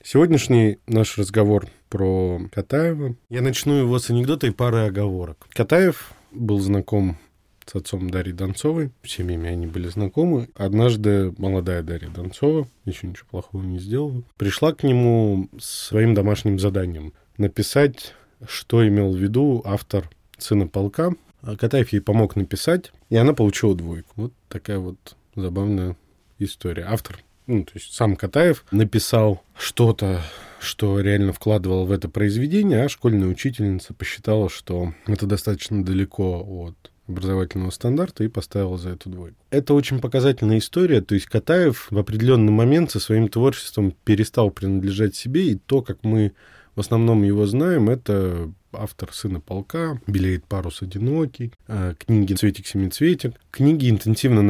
Сегодняшний наш разговор про Катаева. Я начну его с анекдота и пары оговорок. Катаев был знаком с отцом Дарьи Донцовой. Семьями они были знакомы. Однажды молодая Дарья Донцова, еще ничего плохого не сделала, пришла к нему с своим домашним заданием написать, что имел в виду автор «Сына полка». Катаев ей помог написать, и она получила 2. Вот такая вот забавная история. Автор, то есть сам Катаев, написал что-то, что реально вкладывал в это произведение, а школьная учительница посчитала, что это достаточно далеко от образовательного стандарта, и поставила за эту 2. Это очень показательная история, то есть Катаев в определенный момент со своим творчеством перестал принадлежать себе, и то, как мы в основном его знаем, это автор «Сына полка», «Белеет парус одинокий», книги «Цветик-семицветик». Книги интенсивно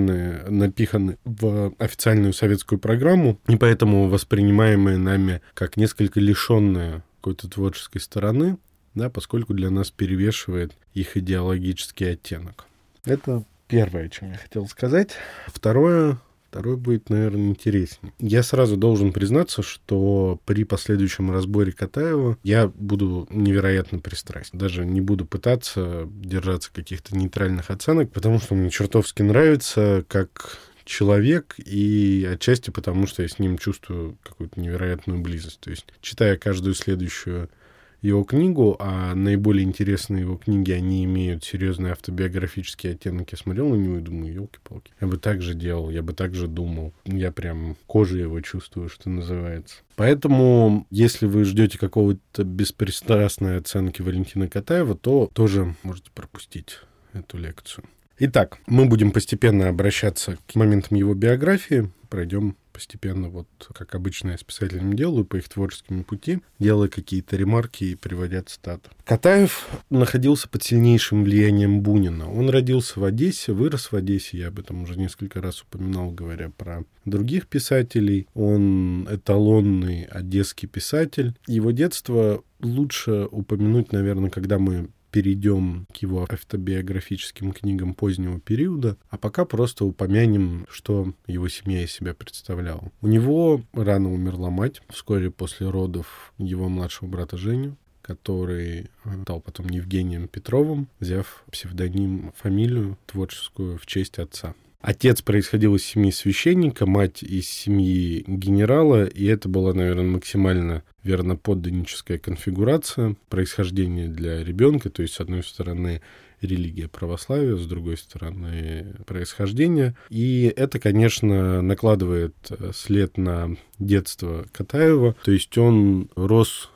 напиханы в официальную советскую программу, и поэтому воспринимаемые нами как несколько лишенные какой-то творческой стороны, да, поскольку для нас перевешивает их идеологический оттенок. Это первое, о чем я хотел сказать. Второе будет, наверное, интереснее. Я сразу должен признаться, что при последующем разборе Катаева я буду невероятно пристрастен. Даже не буду пытаться держаться каких-то нейтральных оценок, потому что мне чертовски нравится как человек, и отчасти потому, что я с ним чувствую какую-то невероятную близость. То есть, читая каждую следующую его книгу, а наиболее интересные его книги, они имеют серьезные автобиографические оттенки. Я смотрел на него и думаю, елки-палки. Я бы так же делал, я бы так же думал. Я прям кожей его чувствую, что называется. Поэтому, если вы ждете какого-то беспристрастной оценки Валентина Катаева, то тоже можете пропустить эту лекцию. Итак, мы будем постепенно обращаться к моментам его биографии. Пройдем постепенно, вот как обычно я с писателями делаю, по их творческому пути, делая какие-то ремарки и приводя цитаты. Катаев находился под сильнейшим влиянием Бунина. Он родился в Одессе, вырос в Одессе, я об этом уже несколько раз упоминал, говоря про других писателей. Он эталонный одесский писатель. Его детство лучше упомянуть, наверное, когда мы перейдем к его автобиографическим книгам позднего периода, а пока просто упомянем, что его семья из себя представляла. У него рано умерла мать, вскоре после родов его младшего брата Женю, который стал потом Евгением Петровым, взяв псевдоним, фамилию творческую в честь отца. Отец происходил из семьи священника, мать из семьи генерала, и это была, наверное, максимально верноподданническая конфигурация происхождения для ребенка, то есть, с одной стороны, религия православия, с другой стороны, происхождение. И это, конечно, накладывает след на детство Катаева, то есть он рос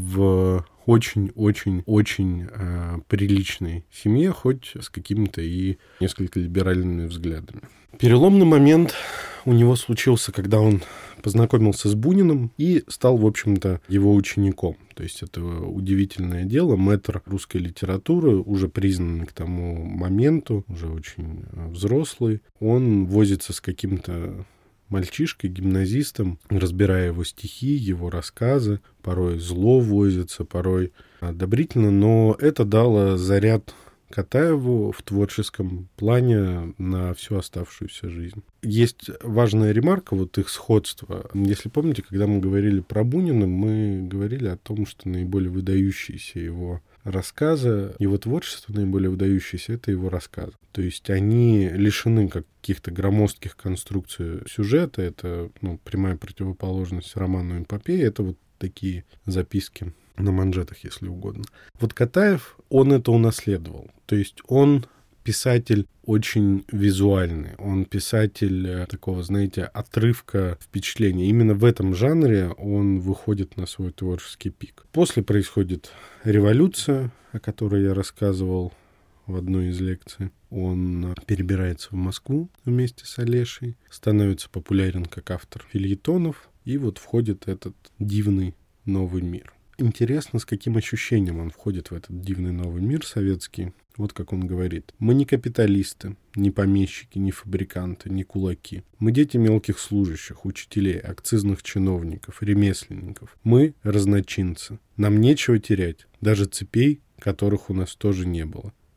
в очень-очень-очень приличной семье, хоть с какими-то и несколько либеральными взглядами. Переломный момент у него случился, когда он познакомился с Буниным и стал, в общем-то, его учеником. То есть это удивительное дело. Мэтр русской литературы, уже признанный к тому моменту, уже очень взрослый, он возится с каким-то мальчишкой, гимназистом, разбирая его стихи, его рассказы, порой зло возится, порой одобрительно, но это дало заряд Катаеву в творческом плане на всю оставшуюся жизнь. Есть важная ремарка, вот их сходство. Если помните, когда мы говорили про Бунина, мы говорили о том, что наиболее выдающиеся его рассказы, его творчество наиболее выдающееся — это его рассказы. То есть они лишены каких-то громоздких конструкций сюжета, это прямая противоположность роману эпопеи, это вот такие записки на манжетах, если угодно. Вот Катаев, он это унаследовал. То есть он писатель очень визуальный. Он писатель такого, знаете, отрывка впечатления. Именно в этом жанре он выходит на свой творческий пик. После происходит революция, о которой я рассказывал в одной из лекций. Он перебирается в Москву вместе с Олешей, становится популярен как автор фельетонов, и вот входит этот дивный новый мир. Интересно, с каким ощущением он входит в этот дивный новый мир советский. Вот как он говорит. «Мы не капиталисты, не помещики, не фабриканты, не кулаки. Мы дети мелких служащих, учителей, акцизных чиновников, ремесленников. Мы разночинцы. Нам нечего терять, даже цепей, которых у нас тоже не было.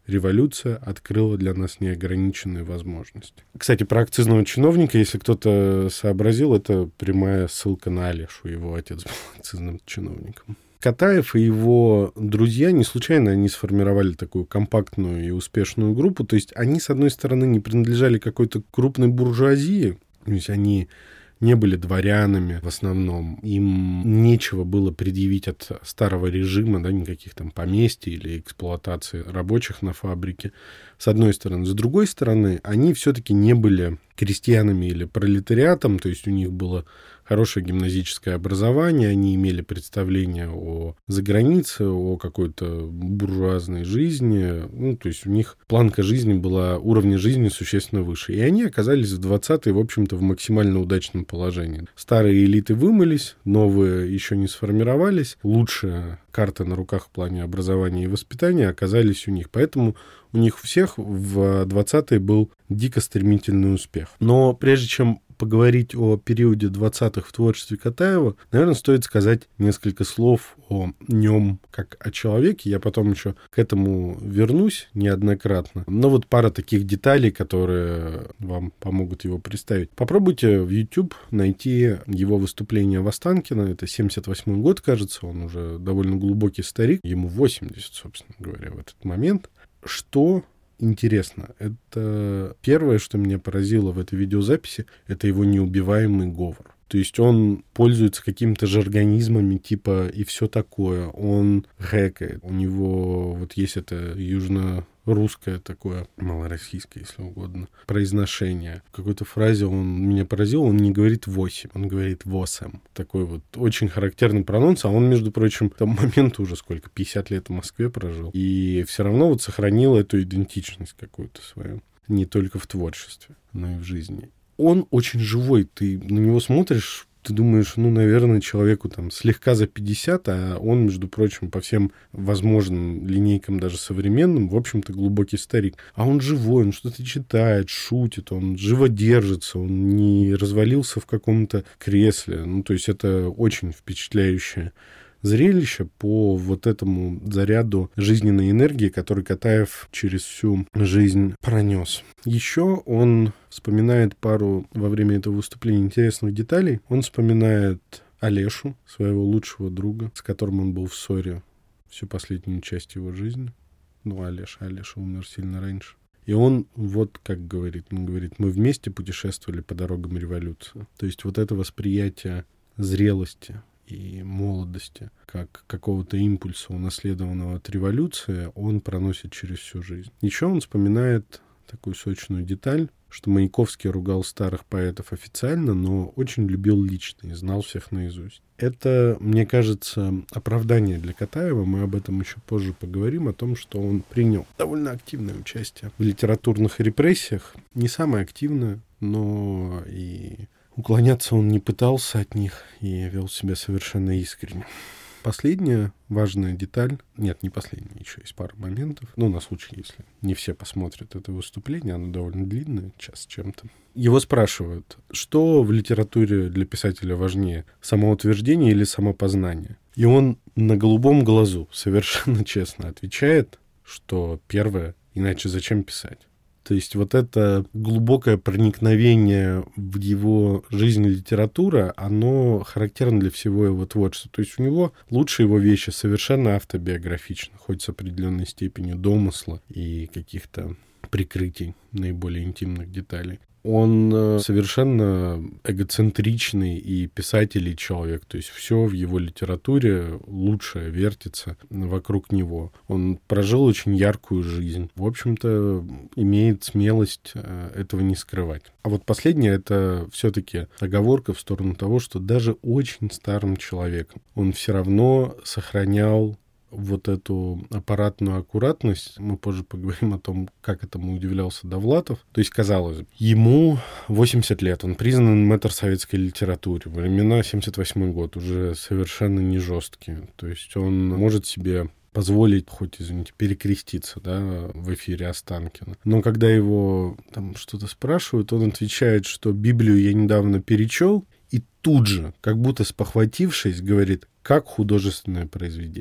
революция открыла для нас неограниченные возможности. Кстати, про акцизного чиновника, если кто-то сообразил, это прямая ссылка на Олешу. Его отец был акцизным чиновником. Катаев и его друзья не случайно они сформировали такую компактную и успешную группу. То есть они, с одной стороны, не принадлежали какой-то крупной буржуазии, то есть они не были дворянами в основном, им нечего было предъявить от старого режима, да, никаких там поместий или эксплуатации рабочих на фабрике, с одной стороны. С другой стороны, они все-таки не были крестьянами или пролетариатом, то есть у них было хорошее гимназическое образование, они имели представление о загранице, о какой-то буржуазной жизни, ну, то есть у них планка жизни была, уровня жизни существенно выше. И они оказались в 20-е, в общем-то, в максимально удачном положении. Старые элиты вымылись, новые еще не сформировались, лучшие карты на руках в плане образования и воспитания оказались у них. Поэтому у них у всех в 20-е был дико стремительный успех. Но прежде чем поговорить о периоде 20-х в творчестве Катаева, наверное, стоит сказать несколько слов о нем как о человеке. Я потом еще к этому вернусь неоднократно. Но вот пара таких деталей, которые вам помогут его представить. Попробуйте в YouTube найти его выступление в Останкино. Это 78-й год, кажется. Он уже довольно глубокий старик. Ему 80, собственно говоря, в этот момент. Что интересно, это первое, что меня поразило в этой видеозаписи, это его неубиваемый говор. То есть он пользуется какими-то жаргонизмами типа «и все такое», он гэкает, у него вот есть это южно-русское такое, малороссийское, если угодно, произношение. В какой-то фразе он меня поразил, он не говорит 8, он говорит 8. Такой вот очень характерный прононс, а он, между прочим, к тому моменту уже сколько, 50 лет в Москве прожил, и все равно вот сохранил эту идентичность какую-то свою, не только в творчестве, но и в жизни. Он очень живой, ты на него смотришь, ты думаешь, ну, наверное, человеку там слегка за 50, а он, между прочим, по всем возможным линейкам, даже современным, в общем-то, глубокий старик. А он живой, он что-то читает, шутит, он живо держится, он не развалился в каком-то кресле. Ну, то есть это очень впечатляющее зрелище по вот этому заряду жизненной энергии, который Катаев через всю жизнь пронес. Еще он вспоминает пару во время этого выступления интересных деталей. Он вспоминает Олешу, своего лучшего друга, с которым он был в ссоре всю последнюю часть его жизни. Ну, Олеша умер сильно раньше. И он вот как говорит, он говорит, мы вместе путешествовали по дорогам революции. То есть вот это восприятие зрелости и молодости, как какого-то импульса, унаследованного от революции, он проносит через всю жизнь. Еще он вспоминает такую сочную деталь, что Маяковский ругал старых поэтов официально, но очень любил лично и знал всех наизусть. Это, мне кажется, оправдание для Катаева. Мы об этом еще позже поговорим, о том, что он принял довольно активное участие в литературных репрессиях. Не самое активное, но и уклоняться он не пытался от них и вел себя совершенно искренне. Последняя важная деталь, нет, не последняя, еще есть пара моментов, ну, на случай, если не все посмотрят это выступление, оно довольно длинное, час с чем-то. Его спрашивают, что в литературе для писателя важнее, самоутверждение или самопознание? И он на голубом глазу совершенно честно отвечает, что первое, иначе зачем писать? То есть вот это глубокое проникновение в его жизнь литература, оно характерно для всего его творчества. То есть у него лучшие его вещи совершенно автобиографичны, хоть с определенной степенью домысла и каких-то прикрытий наиболее интимных деталей. Он совершенно эгоцентричный и писатель, и человек. То есть все в его литературе лучшее вертится вокруг него. Он прожил очень яркую жизнь. В общем-то, имеет смелость этого не скрывать. А вот последнее — это все-таки оговорка в сторону того, что даже очень старым человеком он все равно сохранял вот эту аппаратную аккуратность. Мы позже поговорим о том, как этому удивлялся Довлатов. То есть, казалось бы, ему 80 лет, он признан мэтр советской литературы. Времена 78 год, уже совершенно не жесткие. То есть он может себе позволить, хоть, извините, перекреститься, да, в эфире Останкино. Но когда его там что-то спрашивают, он отвечает, что Библию я недавно перечел, и тут же, как будто спохватившись, говорит, как художественное произведение.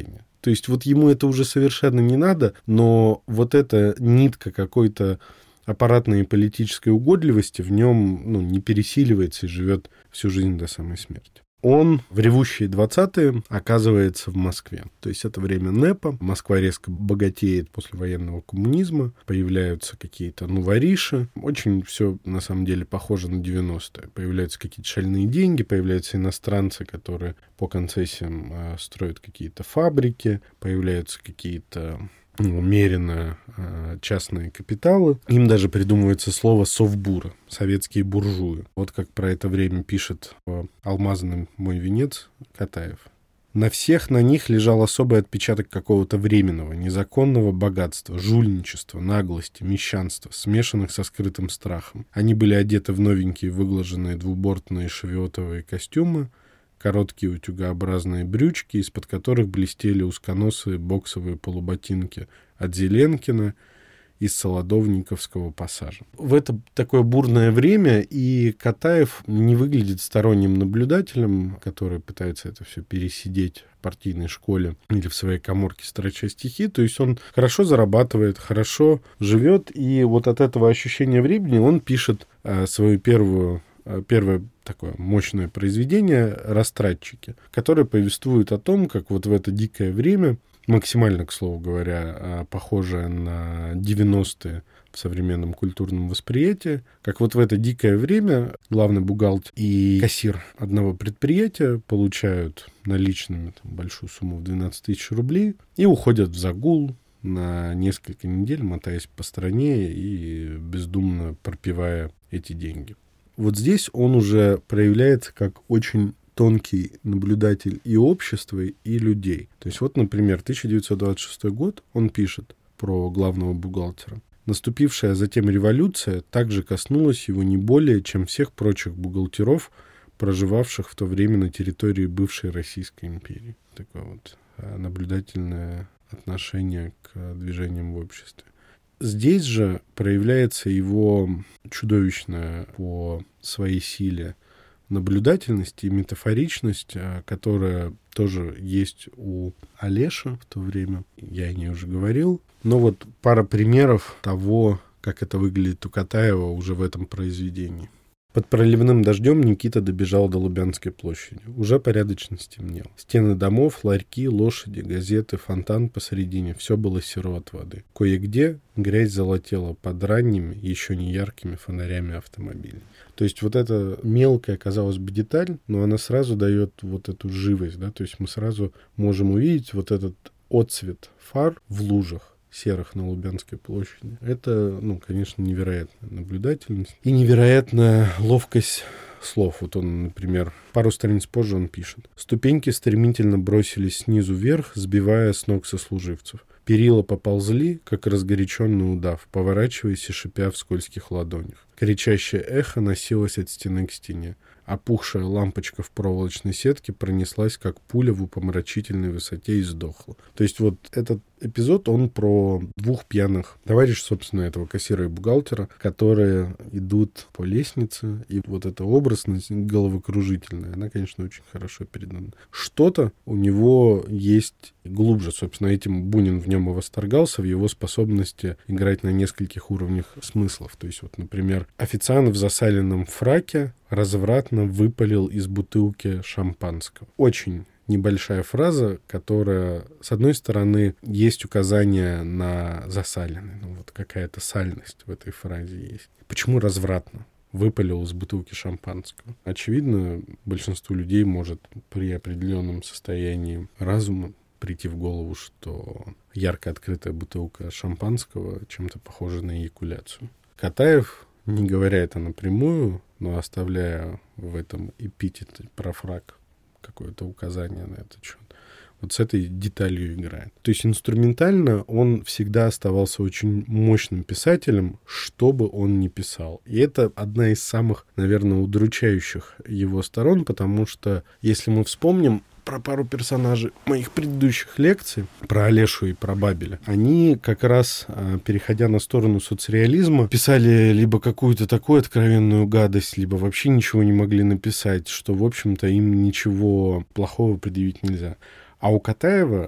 То есть вот ему это уже совершенно не надо, но вот эта нитка какой-то аппаратной и политической угодливости в нем не пересиливается и живет всю жизнь до самой смерти. Он в ревущие 20-е оказывается в Москве. То есть это время НЭПа. Москва резко богатеет после военного коммунизма. Появляются какие-то вориши. Очень все, на самом деле, похоже на 90-е. Появляются какие-то шальные деньги, появляются иностранцы, которые по концессиям строят какие-то фабрики, появляются какие-то умеренно частные капиталы. Им даже придумывается слово «совбуры», советские буржуи. Вот как про это время пишет «Алмазный мой венец» Катаев. На всех на них лежал особый отпечаток какого-то временного, незаконного богатства, жульничества, наглости, мещанства, смешанных со скрытым страхом. Они были одеты в новенькие выглаженные двубортные шевиотовые костюмы, короткие утюгообразные брючки, из-под которых блестели узконосые боксовые полуботинки от Зеленкина из Солодовниковского пассажа. В это такое бурное время и Катаев не выглядит сторонним наблюдателем, который пытается это все пересидеть в партийной школе или в своей каморке, строча стихи. То есть он хорошо зарабатывает, хорошо живет, и вот от этого ощущения времени он пишет свою первое такое мощное произведение «Растратчики», которое повествует о том, как вот в это дикое время, максимально, к слову говоря, похожее на 90-е в современном культурном восприятии, как вот в это дикое время главный бухгалтер и кассир одного предприятия получают наличными большую сумму в 12 тысяч рублей и уходят в загул на несколько недель, мотаясь по стране и бездумно пропивая эти деньги. Вот здесь он уже проявляется как очень тонкий наблюдатель и общества, и людей. То есть вот, например, 1926 год, он пишет про главного бухгалтера. Наступившая затем революция также коснулась его не более, чем всех прочих бухгалтеров, проживавших в то время на территории бывшей Российской империи. Такое вот наблюдательное отношение к движениям в обществе. Здесь же проявляется его чудовищная по своей силе наблюдательность и метафоричность, которая тоже есть у Олеша в то время. Я о ней уже говорил. Но вот пара примеров того, как это выглядит у Катаева уже в этом произведении. Под проливным дождем Никита добежал до Лубянской площади. Уже порядочно стемнело. Стены домов, ларьки, лошади, газеты, фонтан посередине — все было серо от воды. Кое-где грязь золотела под ранними, еще не яркими фонарями автомобилей. То есть вот эта мелкая, казалось бы, деталь, но она сразу дает вот эту живость, да, то есть мы сразу можем увидеть вот этот отцвет фар в лужах серых на Лубянской площади. Это, конечно, невероятная наблюдательность и невероятная ловкость слов. Вот он, например, пару страниц позже он пишет. Ступеньки стремительно бросились снизу вверх, сбивая с ног сослуживцев. Перила поползли, как разгоряченный удав, поворачиваясь и шипя в скользких ладонях. Кричащее эхо носилось от стены к стене. Опухшая лампочка в проволочной сетке пронеслась, как пуля в упомрачительной высоте, и сдохла. То есть вот этот эпизод, он про двух пьяных товарищей, собственно, этого кассира и бухгалтера, которые идут по лестнице, и вот эта образность головокружительная, она, конечно, очень хорошо передана. Что-то у него есть глубже, собственно, этим Бунин в нем и восторгался, в его способности играть на нескольких уровнях смыслов. То есть вот, например, официант в засаленном фраке развратно выпалил из бутылки шампанского. Очень небольшая фраза, которая, с одной стороны, есть указание на засаленный. Вот какая-то сальность в этой фразе есть. Почему развратно выпалил из бутылки шампанского? Очевидно, большинству людей может при определенном состоянии разума прийти в голову, что ярко открытая бутылка шампанского чем-то похожа на эякуляцию. Катаев, не говоря это напрямую, но оставляя в этом эпитете про фрак какое-то указание на этот счет, вот с этой деталью играет. То есть инструментально он всегда оставался очень мощным писателем, что бы он ни писал. И это одна из самых, наверное, удручающих его сторон, потому что, если мы вспомним про пару персонажей моих предыдущих лекций, про Олешу и про Бабеля, они как раз, переходя на сторону соцреализма, писали либо какую-то такую откровенную гадость, либо вообще ничего не могли написать, что, в общем-то, им ничего плохого предъявить нельзя. А у Катаева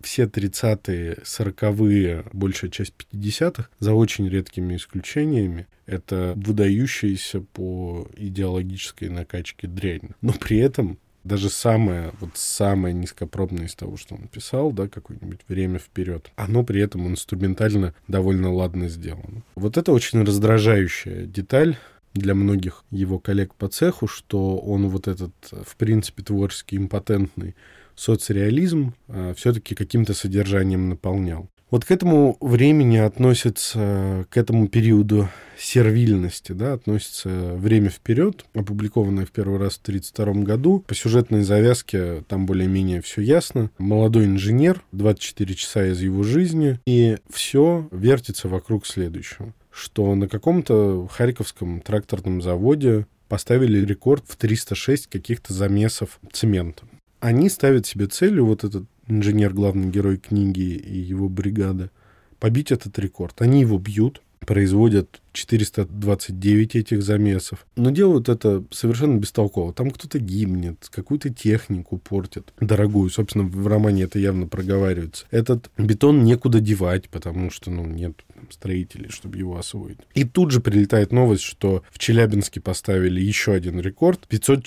все 30-е, 40-е, большая часть 50-х, за очень редкими исключениями, это выдающаяся по идеологической накачке дрянь. Но при этом даже самое низкопробное из того, что он писал, да, какое-нибудь «Время вперед», оно при этом инструментально довольно ладно сделано. Вот это очень раздражающая деталь для многих его коллег по цеху, что он вот этот, в принципе, творческий, импотентный соцреализм все-таки каким-то содержанием наполнял. Вот к этому времени относится, к этому периоду сервильности, да, относится «Время вперед», опубликованное в первый раз в 1932 году. По сюжетной завязке там более-менее все ясно. Молодой инженер, 24 часа из его жизни, и все вертится вокруг следующего. Что на каком-то харьковском тракторном заводе поставили рекорд в 306 каких-то замесов цемента. Они ставят себе целью, вот этот инженер, главный герой книги и его бригада, побить этот рекорд. Они его бьют, производят 429 этих замесов, но делают это совершенно бестолково. Там кто-то гибнет, какую-то технику портит дорогую. Собственно, в романе это явно проговаривается. Этот бетон некуда девать, потому что, нет строителей, чтобы его освоить. И тут же прилетает новость, что в Челябинске поставили еще один рекорд.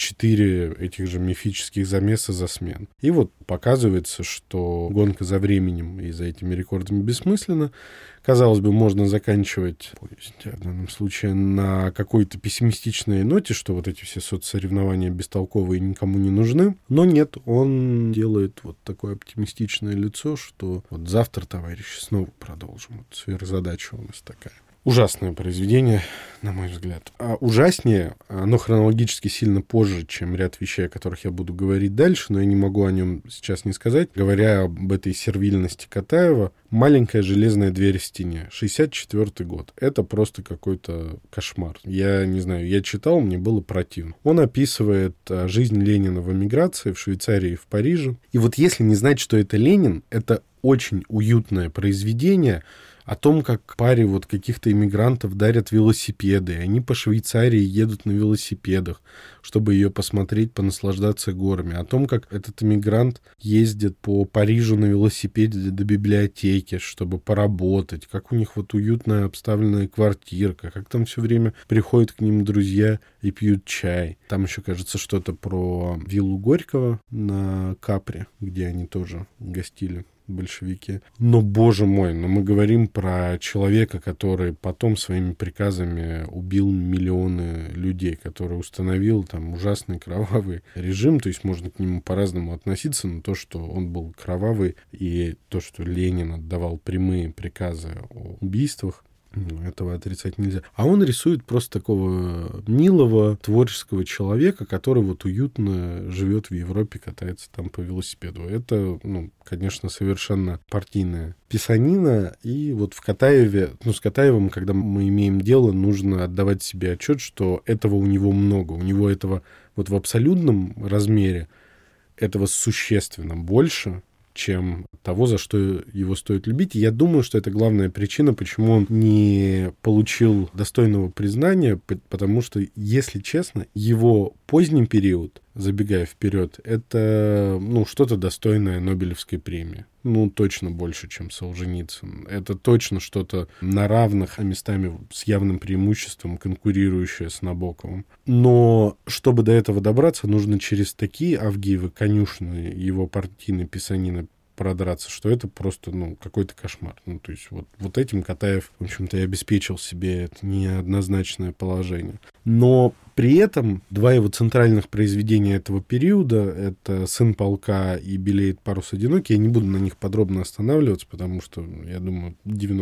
504 этих же мифических замеса за смену. И вот показывается, что гонка за временем и за этими рекордами бессмысленна. Казалось бы, можно заканчивать, в данном случае, на какой-то пессимистичной ноте, что вот эти все соцсоревнования бестолковые никому не нужны. Но нет, он делает вот такое оптимистичное лицо, что вот завтра, товарищи, снова продолжим. Вот сверхзадача у нас такая. Ужасное произведение, на мой взгляд. А ужаснее, оно хронологически сильно позже, чем ряд вещей, о которых я буду говорить дальше, но я не могу о нем сейчас не сказать. Говоря об этой сервильности Катаева, «Маленькая железная дверь в стене», 1964 год. Это просто какой-то кошмар. Я не знаю, я читал, мне было противно. Он описывает жизнь Ленина в эмиграции в Швейцарии и в Париже. И вот если не знать, что это Ленин, это очень уютное произведение о том, как паре вот каких-то иммигрантов дарят велосипеды, и они по Швейцарии едут на велосипедах, чтобы ее посмотреть, понаслаждаться горами. О том, как этот иммигрант ездит по Парижу на велосипеде до библиотеки, чтобы поработать, как у них вот уютная обставленная квартирка, как там все время приходят к ним друзья и пьют чай. Там еще, кажется, что-то про виллу Горького на Капри, где они тоже гостили, большевики. Но, боже мой, мы говорим про человека, который потом своими приказами убил миллионы людей, который установил там ужасный кровавый режим, то есть можно к нему по-разному относиться, но то, что он был кровавый, и то, что Ленин отдавал прямые приказы о убийствах, этого отрицать нельзя. А он рисует просто такого милого, творческого человека, который вот уютно живет в Европе, катается там по велосипеду. Это, конечно, совершенно партийная писанина. И вот в Катаеве, с Катаевым, когда мы имеем дело, нужно отдавать себе отчет, что этого у него много. У него этого вот в абсолютном размере этого существенно больше, чем того, за что его стоит любить. И я думаю, что это главная причина, почему он не получил достойного признания, потому что, если честно, его поздний период, забегая вперед, это, что-то достойное Нобелевской премии. Точно больше, чем Солженицын. Это точно что-то на равных, а местами с явным преимуществом конкурирующее с Набоковым. Но чтобы до этого добраться, нужно через такие Авгиевы конюшни его партийной писанины продраться, что это просто, какой-то кошмар. То есть вот этим Катаев, в общем-то, и обеспечил себе это неоднозначное положение. Но при этом два его центральных произведения этого периода, это «Сын полка» и «Белеет парус одинокий», я не буду на них подробно останавливаться, потому что, я думаю,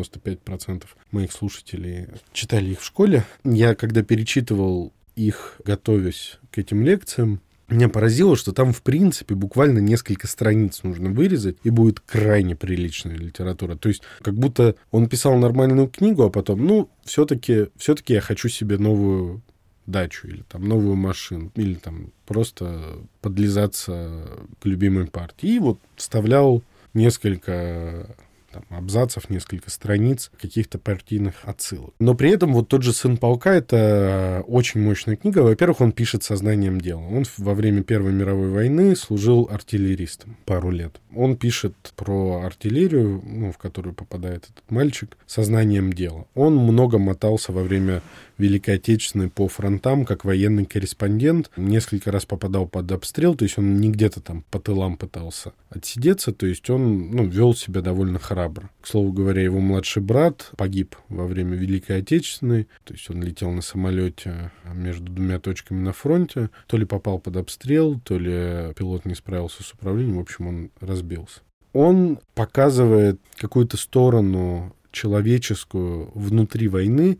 95% моих слушателей читали их в школе. Я, когда перечитывал их, готовясь к этим лекциям, меня поразило, что там, в принципе, буквально несколько страниц нужно вырезать, и будет крайне приличная литература. То есть, как будто он писал нормальную книгу, а потом, все-таки я хочу себе новую дачу, или там новую машину, или там просто подлизаться к любимой партии. И вот вставлял несколько там, абзацев, несколько страниц каких-то партийных отсылок. Но при этом вот тот же «Сын полка» — это очень мощная книга. Во-первых, он пишет сознанием дела. Он во время Первой мировой войны служил артиллеристом пару лет. Он пишет про артиллерию, в которую попадает этот мальчик, сознанием дела. Он много мотался во время Великой Отечественной по фронтам, как военный корреспондент. Несколько раз попадал под обстрел, то есть он не где-то там по тылам пытался отсидеться, то есть он вел себя довольно храбро. К слову говоря, его младший брат погиб во время Великой Отечественной, то есть он летел на самолете между двумя точками на фронте, то ли попал под обстрел, то ли пилот не справился с управлением, в общем, он разбился. Он показывает какую-то сторону человеческую внутри войны,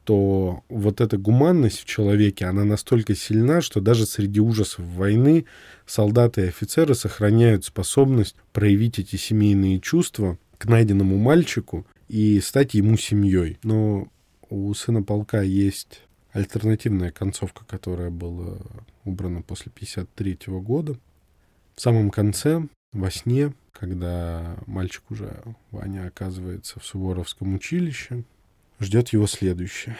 что вот эта гуманность в человеке, она настолько сильна, что даже среди ужасов войны солдаты и офицеры сохраняют способность проявить эти семейные чувства к найденному мальчику и стать ему семьей. Но у «Сына полка» есть альтернативная концовка, которая была убрана после 1953 года. В самом конце, во сне, когда мальчик уже, Ваня, оказывается в Суворовском училище, ждет его следующее.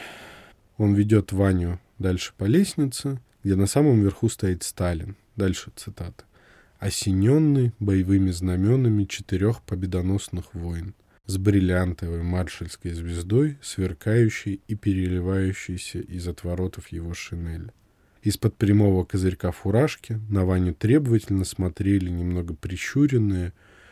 Он ведет Ваню дальше по лестнице, где на самом верху стоит Сталин. Дальше цитата. «Осененный боевыми знаменами 4 победоносных войн, с бриллиантовой маршальской звездой, сверкающей и переливающейся из отворотов его шинели». Из-под прямого козырька фуражки на Ваню требовательно смотрели немного прищуренные,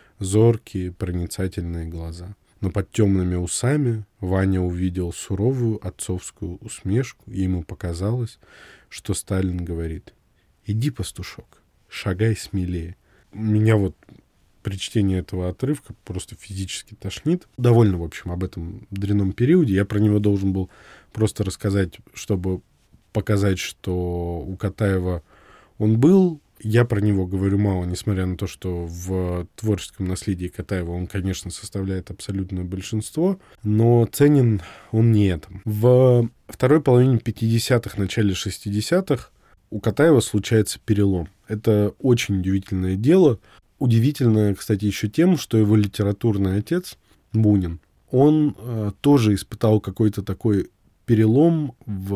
зоркие, проницательные глаза. Но под темными усами Ваня увидел суровую отцовскую усмешку, и ему показалось, что Сталин говорит: «Иди, пастушок, шагай смелее». Меня вот при чтении этого отрывка просто физически тошнит. Довольно, в общем, об этом дрянном периоде. Я про него должен был просто рассказать, чтобы показать, что у Катаева он был. Я про него говорю мало, несмотря на то, что в творческом наследии Катаева он, конечно, составляет абсолютное большинство, но ценен он не этим. В второй половине 50-х, начале 60-х у Катаева случается перелом. Это очень удивительное дело. Удивительное, кстати, еще тем, что его литературный отец, Бунин, он тоже испытал какой-то такой перелом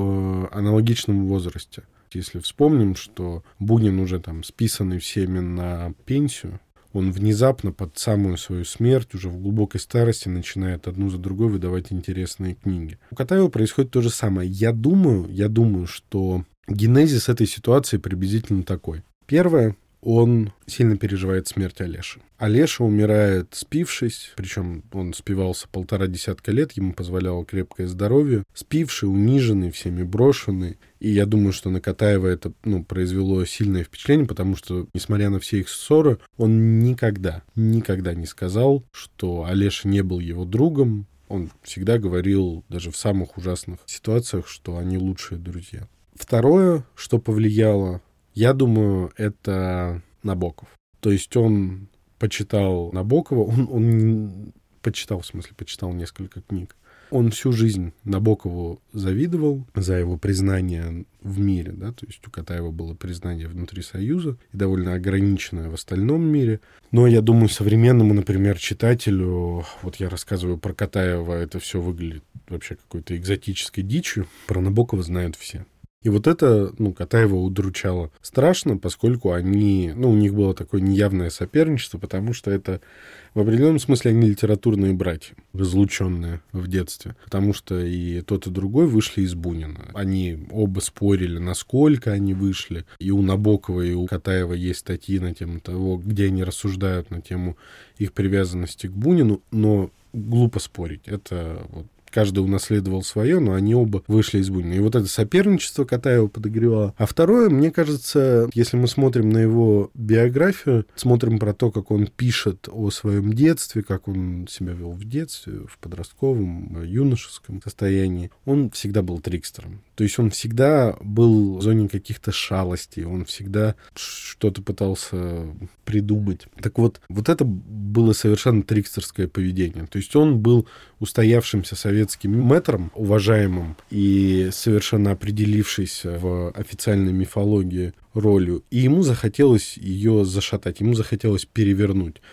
в аналогичном возрасте. Если вспомним, что Бунин уже там списанный всеми на пенсию, он внезапно под самую свою смерть, уже в глубокой старости, начинает одну за другой выдавать интересные книги. У Катаева происходит то же самое. Я думаю, что генезис этой ситуации приблизительно такой. Первое. Он сильно переживает смерть Олеши. Олеша умирает, спившись, причем он спивался 1,5 десятка лет, ему позволяло крепкое здоровье, спивший, униженный, всеми брошенный. И я думаю, что на Катаева это произвело сильное впечатление, потому что, несмотря на все их ссоры, он никогда не сказал, что Олеша не был его другом. Он всегда говорил, даже в самых ужасных ситуациях, что они лучшие друзья. Второе, что повлияло, я думаю, это Набоков. То есть он почитал Набокова, он почитал несколько книг. Он всю жизнь Набокову завидовал за его признание в мире, да, то есть у Катаева было признание внутри Союза и довольно ограниченное в остальном мире. Но я думаю, современному, например, читателю, вот я рассказываю про Катаева, это все выглядит вообще какой-то экзотической дичью, про Набокова знают все. И вот это, Катаева удручало страшно, поскольку у них было такое неявное соперничество, потому что это, в определенном смысле, они литературные братья, разлученные в детстве. Потому что и тот, и другой вышли из Бунина. Они оба спорили, насколько они вышли. И у Набокова, и у Катаева есть статьи на тему того, где они рассуждают на тему их привязанности к Бунину, но глупо спорить. Это вот каждый унаследовал свое, но они оба вышли из Бунина. И вот это соперничество Катаева подогревало. А второе, мне кажется, если мы смотрим на его биографию, смотрим про то, как он пишет о своем детстве, как он себя вел в детстве, в подростковом, юношеском состоянии, он всегда был трикстером. То есть он всегда был в зоне каких-то шалостей, он всегда что-то пытался придумать. Так вот это было совершенно трикстерское поведение. То есть он был устоявшимся советским мэтром, уважаемым и совершенно определившийся в официальной мифологии ролью. И ему захотелось ее зашатать, ему захотелось перевернуть.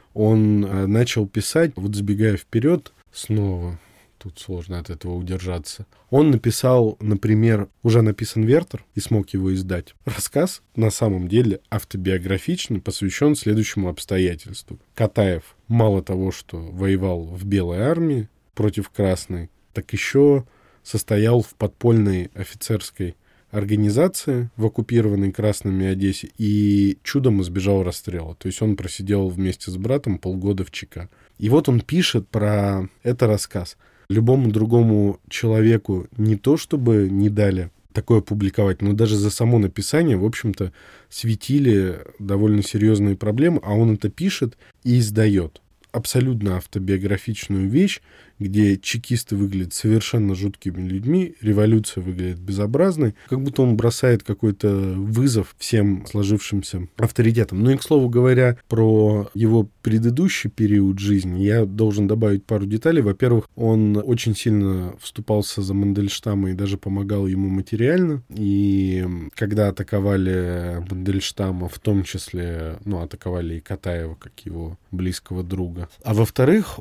он начал писать, вот забегая вперед, снова тут сложно от этого удержаться. Он написал, например, уже написан «Вертер» и смог его издать. Рассказ на самом деле автобиографичный, посвящен следующему обстоятельству. Катаев мало того, что воевал в Белой армии против Красной, так еще состоял в подпольной офицерской организации в оккупированной красными Одессе и чудом избежал расстрела. То есть он просидел вместе с братом полгода в ЧК. И вот он пишет про это рассказ. Любому другому человеку не то чтобы не дали такое публиковать, но даже за само написание, в общем-то, светили довольно серьезные проблемы, а он это пишет и издает. Абсолютно автобиографичную вещь, где чекисты выглядят совершенно жуткими людьми, революция выглядит безобразной, как будто он бросает какой-то вызов всем сложившимся авторитетам. Ну и, к слову говоря, про его предыдущий период жизни я должен добавить пару деталей. Во-первых, он очень сильно вступался за Мандельштама и даже помогал ему материально. И когда атаковали Мандельштама, в том числе, атаковали и Катаева, как его близкого друга. А во-вторых,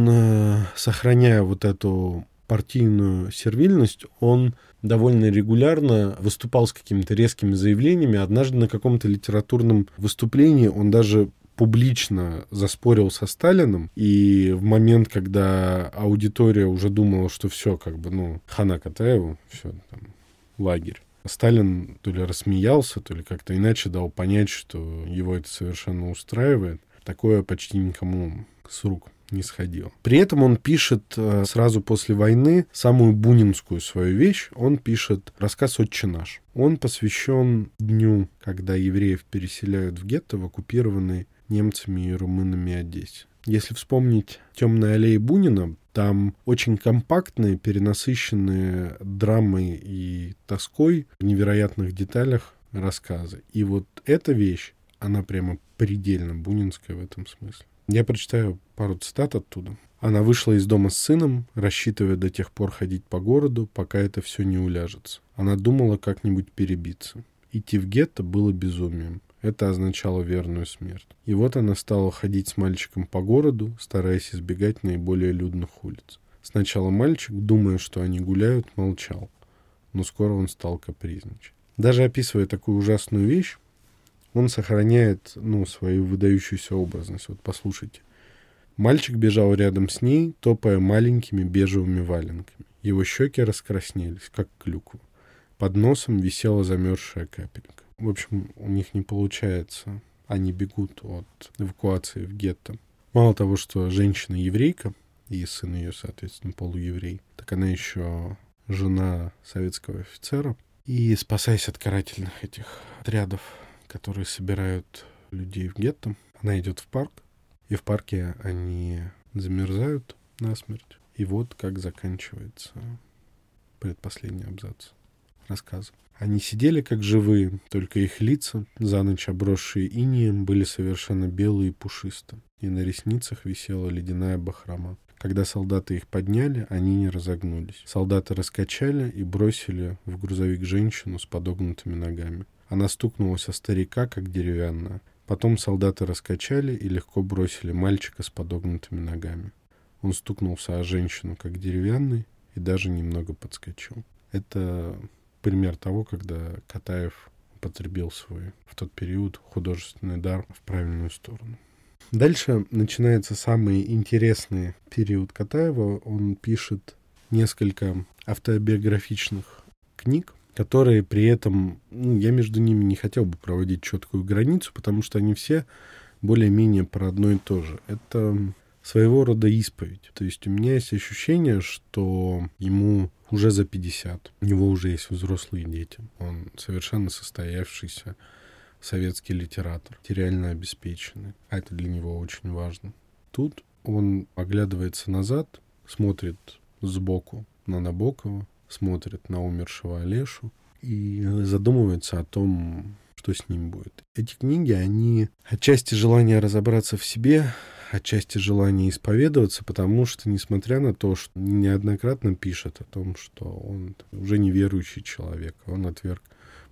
он, сохраняя вот эту партийную сервильность, он довольно регулярно выступал с какими-то резкими заявлениями. Однажды на каком-то литературном выступлении он даже публично заспорил со Сталиным, и в момент, когда аудитория уже думала, что все, хана Катаеву, все, там, лагерь, Сталин то ли рассмеялся, то ли как-то иначе дал понять, что его это совершенно устраивает. Такое почти никому с рук не сходило. При этом он пишет сразу после войны самую бунинскую свою вещь. Он пишет рассказ «Отче наш». Он посвящен дню, когда евреев переселяют в гетто в оккупированной немцами и румынами Одессе. Если вспомнить «Темные аллеи» Бунина, там очень компактные, перенасыщенные драмой и тоской в невероятных деталях рассказы. И вот эта вещь, она прямо предельно бунинская в этом смысле. Я прочитаю пару цитат оттуда. Она вышла из дома с сыном, рассчитывая до тех пор ходить по городу, пока это все не уляжется. Она думала как-нибудь перебиться. Идти в гетто было безумием. Это означало верную смерть. И вот она стала ходить с мальчиком по городу, стараясь избегать наиболее людных улиц. Сначала мальчик, думая, что они гуляют, молчал. Но скоро он стал капризничать. Даже описывая такую ужасную вещь, он сохраняет, свою выдающуюся образность. Вот послушайте. Мальчик бежал рядом с ней, топая маленькими бежевыми валенками. Его щеки раскраснелись, как клюква. Под носом висела замерзшая капелька. В общем, у них не получается. Они бегут от эвакуации в гетто. Мало того, что женщина еврейка, и сын ее, соответственно, полуеврей, так она еще жена советского офицера. И, спасаясь от карательных этих отрядов, которые собирают людей в гетто, она идет в парк, и в парке они замерзают насмерть. И вот как заканчивается предпоследний абзац рассказа. Они сидели как живые, только их лица, за ночь обросшие инеем, были совершенно белые и пушисты, и на ресницах висела ледяная бахрома. Когда солдаты их подняли, они не разогнулись. Солдаты раскачали и бросили в грузовик женщину с подогнутыми ногами. Она стукнулась о старика, как деревянная. Потом солдаты раскачали и легко бросили мальчика с подогнутыми ногами. Он стукнулся о женщину, как деревянный, и даже немного подскочил. Это пример того, когда Катаев употребил свой в тот период художественный дар в правильную сторону. Дальше начинается самый интересный период Катаева. Он пишет несколько автобиографичных книг, которые при этом, я между ними не хотел бы проводить четкую границу, потому что они все более-менее про одно и то же. Это своего рода исповедь. То есть у меня есть ощущение, что ему уже за 50, у него уже есть взрослые дети, он совершенно состоявшийся советский литератор, материально обеспеченный, а это для него очень важно. Тут он оглядывается назад, смотрит сбоку на Набокова, смотрит на умершего Олешу и задумывается о том, что с ним будет. Эти книги, они отчасти желание разобраться в себе, отчасти желание исповедоваться, потому что, несмотря на то, что неоднократно пишет о том, что он уже неверующий человек, он отверг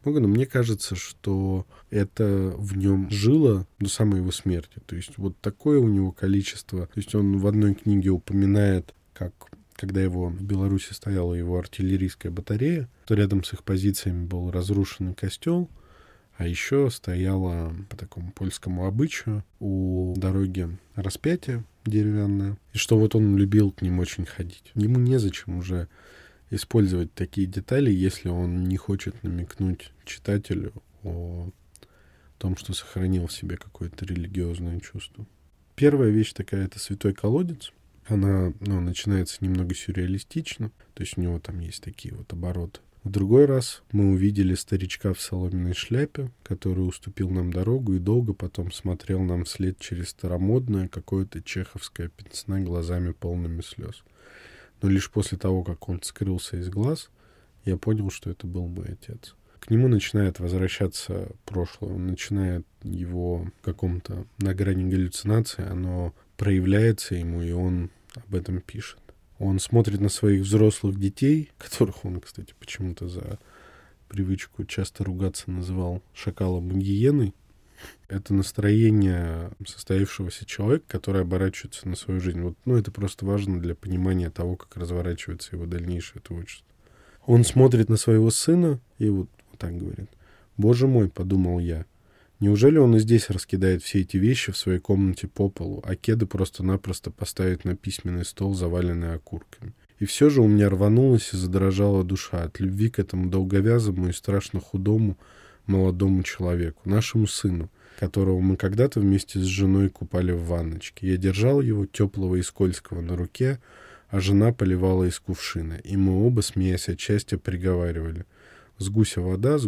много, но мне кажется, что это в нем жило до самой его смерти. То есть вот такое у него количество. То есть он в одной книге упоминает, как когда его в Беларуси стояла его артиллерийская батарея, то рядом с их позициями был разрушенный костел, а еще стояла по такому польскому обычаю у дороги распятие деревянное, и что вот он любил к ним очень ходить. Ему незачем уже использовать такие детали, если он не хочет намекнуть читателю о том, что сохранил в себе какое-то религиозное чувство. Первая вещь такая — это «Святой колодец». Она начинается немного сюрреалистично, то есть у него там есть такие вот обороты. В другой раз мы увидели старичка в соломенной шляпе, который уступил нам дорогу и долго потом смотрел нам вслед через старомодное какое-то чеховское пенсне глазами полными слез. Но лишь после того, как он скрылся из глаз, я понял, что это был мой отец. К нему начинает возвращаться прошлое, он начинает его в каком-то на грани галлюцинации, оно проявляется ему, и он об этом пишет. Он смотрит на своих взрослых детей, которых он, кстати, почему-то за привычку часто ругаться называл шакалом и гиеной. Это настроение состоявшегося человека, который оборачивается на свою жизнь. Вот, это просто важно для понимания того, как разворачивается его дальнейшее творчество. Он смотрит на своего сына и вот так говорит. «Боже мой», — подумал я, — «неужели он и здесь раскидает все эти вещи в своей комнате по полу, а кеды просто-напросто поставит на письменный стол, заваленный окурками? И все же у меня рванулась и задрожала душа от любви к этому долговязому и страшно худому молодому человеку, нашему сыну, которого мы когда-то вместе с женой купали в ванночке. Я держал его, теплого и скользкого, на руке, а жена поливала из кувшина, и мы оба, смеясь от счастья, приговаривали: «С гуся вода,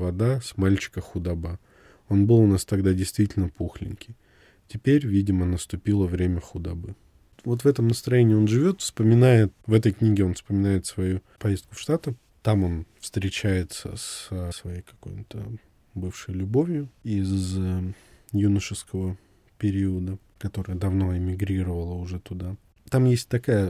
с мальчика худоба». Он был у нас тогда действительно пухленький. Теперь, видимо, наступило время худобы. Вот в этом настроении он живет, в этой книге он вспоминает свою поездку в Штаты. Там он встречается со своей какой-то бывшей любовью из юношеского периода, которая давно эмигрировала уже туда. Там есть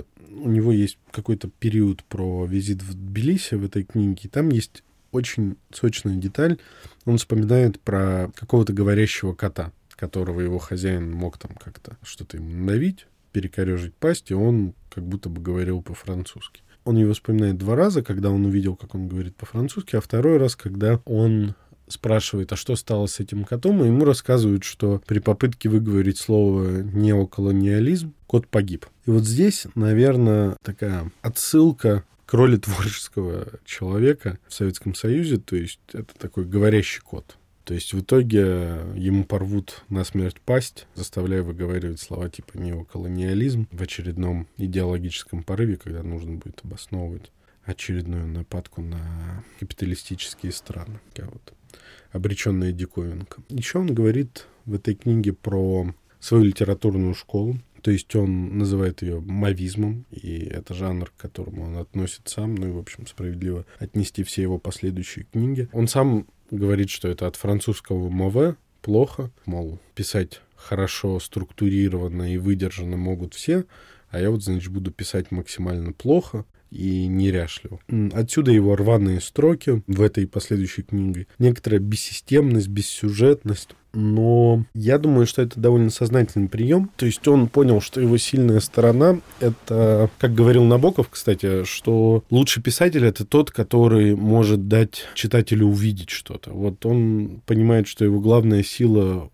у него есть какой-то период про визит в Тбилиси в этой книге, и там есть очень сочная деталь. Он вспоминает про какого-то говорящего кота, которого его хозяин мог там как-то что-то ему надавить, перекорежить пасть, и он как будто бы говорил по-французски. Он его вспоминает 2 раза, когда он увидел, как он говорит по-французски, а 2-й раз, когда он спрашивает, а что стало с этим котом, и ему рассказывают, что при попытке выговорить слово «неоколониализм» кот погиб. И вот здесь, наверное, такая отсылка к роли творческого человека в Советском Союзе, то есть это такой говорящий кот. То есть в итоге ему порвут насмерть пасть, заставляя выговаривать слова типа «неоколониализм» в очередном идеологическом порыве, когда нужно будет обосновывать очередную нападку на капиталистические страны. Такая вот обреченная диковинка. Еще он говорит в этой книге про свою литературную школу. То есть он называет ее мавизмом, и это жанр, к которому он относит сам, и, в общем, справедливо отнести все его последующие книги. Он сам говорит, что это от французского «mauvais» — плохо, мол, писать хорошо, структурированно и выдержанно могут все, а я вот, значит, буду писать максимально плохо и неряшливо. Отсюда его рваные строки в этой последующей книге. Некоторая бессистемность, бессюжетность. Но я думаю, что это довольно сознательный прием. То есть он понял, что его сильная сторона — это, как говорил Набоков, кстати, что лучший писатель — это тот, который может дать читателю увидеть что-то. Вот он понимает, что его главная сила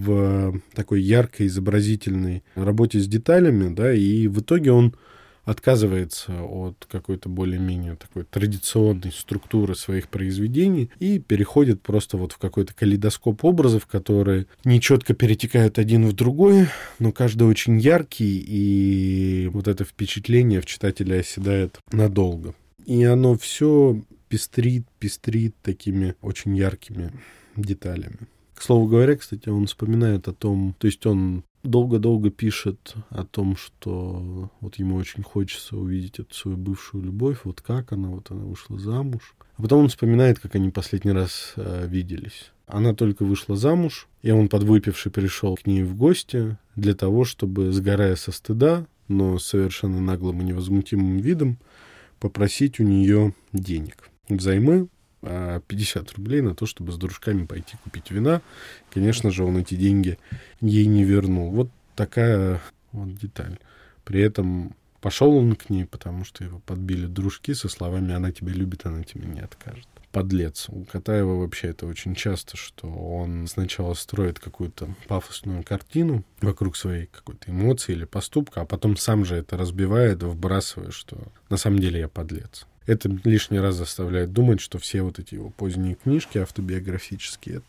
в такой яркой, изобразительной работе с деталями, да, и в итоге он отказывается от какой-то более-менее такой традиционной структуры своих произведений и переходит просто вот в какой-то калейдоскоп образов, которые нечетко перетекают один в другой, но каждый очень яркий, и вот это впечатление в читателя оседает надолго. И оно все пестрит такими очень яркими деталями. К слову говоря, кстати, он вспоминает о том, то есть он долго-долго пишет о том, что вот ему очень хочется увидеть эту свою бывшую любовь, вот как она вышла замуж. А потом он вспоминает, как они последний раз виделись. Она только вышла замуж, и он, подвыпивший, пришел к ней в гости для того, чтобы, сгорая со стыда, но с совершенно наглым и невозмутимым видом, попросить у нее денег взаймы 50 рублей на то, чтобы с дружками пойти купить вина. Конечно же, он эти деньги ей не вернул. Вот такая вот деталь. При этом пошел он к ней, потому что его подбили дружки со словами «она тебя любит, она тебе не откажет». Подлец. У Катаева вообще это очень часто, что он сначала строит какую-то пафосную картину вокруг своей какой-то эмоции или поступка, а потом сам же это разбивает, вбрасывая, что на самом деле я подлец. Это лишний раз заставляет думать, что все вот эти его поздние книжки автобиографические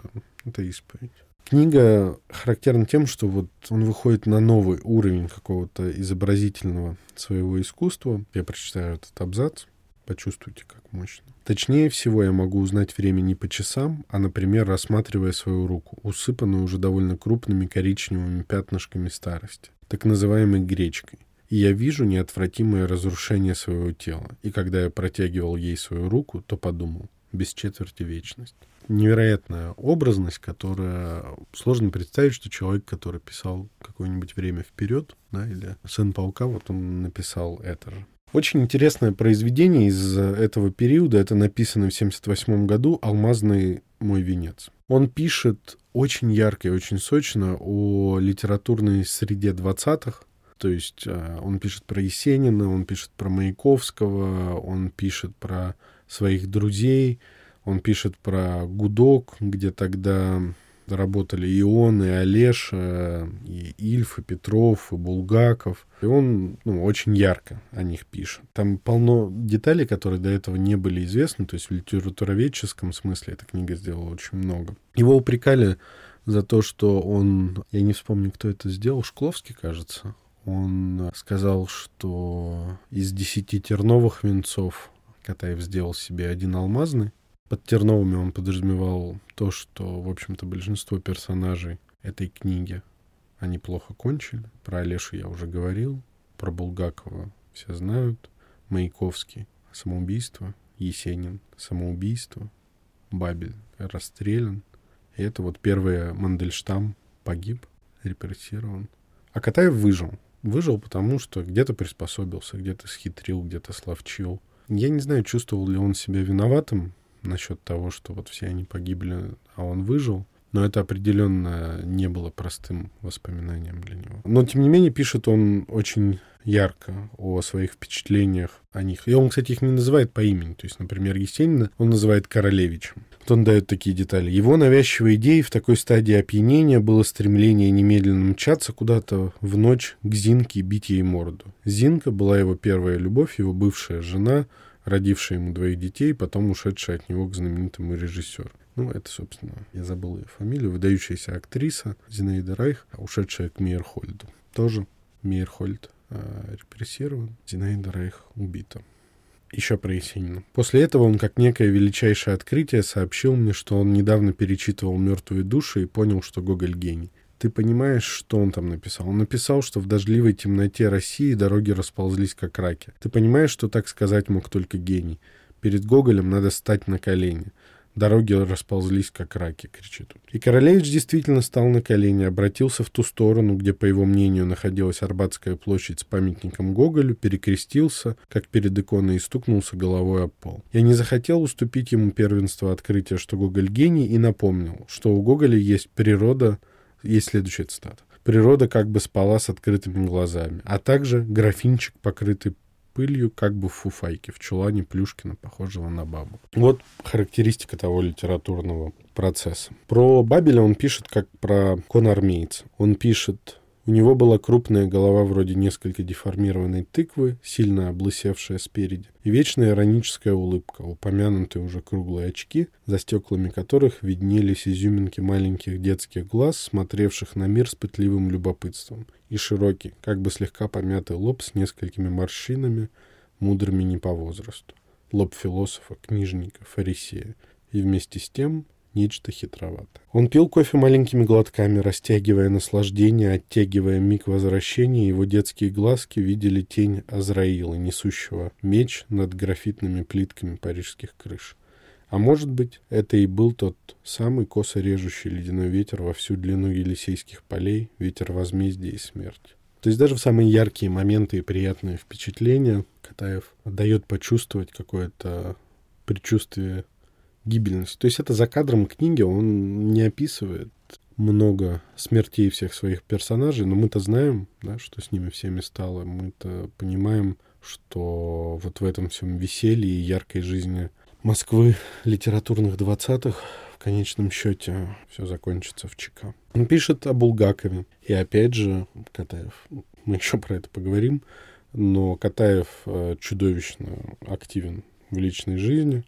— это исповедь. Книга характерна тем, что вот он выходит на новый уровень какого-то изобразительного своего искусства. Я прочитаю этот абзац. Почувствуйте, как мощно. Точнее всего я могу узнать время не по часам, а, например, рассматривая свою руку, усыпанную уже довольно крупными коричневыми пятнышками старости, так называемой гречкой. И я вижу неотвратимое разрушение своего тела. И когда я протягивал ей свою руку, то подумал: без четверти вечность. Невероятная образность, которая сложно представить, что человек, который писал какое-нибудь время вперед, да, или «Сын полка», вот он написал это же. Очень интересное произведение из этого периода. Это написано в 1978 году «Алмазный мой венец». Он пишет очень ярко и очень сочно о литературной среде 20-х. То есть он пишет про Есенина, он пишет про Маяковского, он пишет про своих друзей, он пишет про гудок, где тогда работали и он, и Олеша, и Ильф, и Петров, и Булгаков. И он очень ярко о них пишет. Там полно деталей, которые до этого не были известны. То есть в литературоведческом смысле эта книга сделала очень много. Его упрекали за то, что он... Я не вспомню, кто это сделал. Шкловский, кажется. Он сказал, что из 10 терновых венцов Катаев сделал себе 1 алмазный. Под терновыми он подразумевал то, что, в общем-то, большинство персонажей этой книги, они плохо кончили. Про Олешу я уже говорил, про Булгакова все знают, Маяковский — самоубийство, Есенин — самоубийство, Бабель расстрелян. И это вот первый Мандельштам погиб, репрессирован. А Катаев выжил. Выжил, потому что где-то приспособился, где-то схитрил, где-то словчил. Я не знаю, чувствовал ли он себя виноватым насчет того, что вот все они погибли, а он выжил. Но это определенно не было простым воспоминанием для него. Но, тем не менее, пишет он очень ярко о своих впечатлениях о них. И он, кстати, их не называет по имени. То есть, например, Есенина он называет Королевичем. Вот он дает такие детали. Его навязчивой идеей в такой стадии опьянения было стремление немедленно мчаться куда-то в ночь к Зинке и бить ей морду. Зинка была его первая любовь, его бывшая жена, родившая ему 2 детей, потом ушедшая от него к знаменитому режиссеру. Это, собственно, я забыл ее фамилию, выдающаяся актриса Зинаида Райх, ушедшая к Мейерхольду. Тоже Мейерхольд репрессирован, Зинаида Райх убита. Еще про Есенина. После этого он, как некое величайшее открытие, сообщил мне, что он недавно перечитывал «Мертвые души» и понял, что Гоголь гений. Ты понимаешь, что он там написал? Он написал, что в дождливой темноте России дороги расползлись как раки. Ты понимаешь, что так сказать мог только гений? Перед Гоголем надо стать на колени. Дороги расползлись как раки, кричит он. И Королевич действительно стал на колени, обратился в ту сторону, где, по его мнению, находилась Арбатская площадь с памятником Гоголю, перекрестился, как перед иконой, и стукнулся головой об пол. Я не захотел уступить ему первенство открытия, что Гоголь гений, и напомнил, что у Гоголя есть природа. Есть следующая цитата. «Природа как бы спала с открытыми глазами, а также графинчик, покрытый пылью, как бы в фуфайке, в чулане Плюшкина, похожего на бабу». Вот характеристика того литературного процесса. Про Бабеля он пишет как про конармейца. Он пишет: у него была крупная голова вроде несколько деформированной тыквы, сильно облысевшая спереди, и вечная ироническая улыбка, упомянутые уже круглые очки, за стеклами которых виднелись изюминки маленьких детских глаз, смотревших на мир с пытливым любопытством, и широкий, как бы слегка помятый лоб с несколькими морщинами, мудрыми не по возрасту. Лоб философа, книжника, фарисея. И вместе с тем нечто хитроватое. Он пил кофе маленькими глотками, растягивая наслаждение, оттягивая миг возвращения. Его детские глазки видели тень Азраила, несущего меч над графитными плитками парижских крыш. А может быть, это и был тот самый косо режущий ледяной ветер во всю длину Елисейских полей, ветер возмездия и смерти. То есть даже в самые яркие моменты и приятные впечатления Катаев дает почувствовать какое-то предчувствие гибельность. То есть это за кадром книги, он не описывает много смертей всех своих персонажей, но мы-то знаем, да, что с ними всеми стало. Мы-то понимаем, что вот в этом всем веселье и яркой жизни Москвы литературных 20-х в конечном счете все закончится в ЧК. Он пишет о Булгакове. И опять же, Катаев, мы еще про это поговорим, но Катаев чудовищно активен в личной жизни,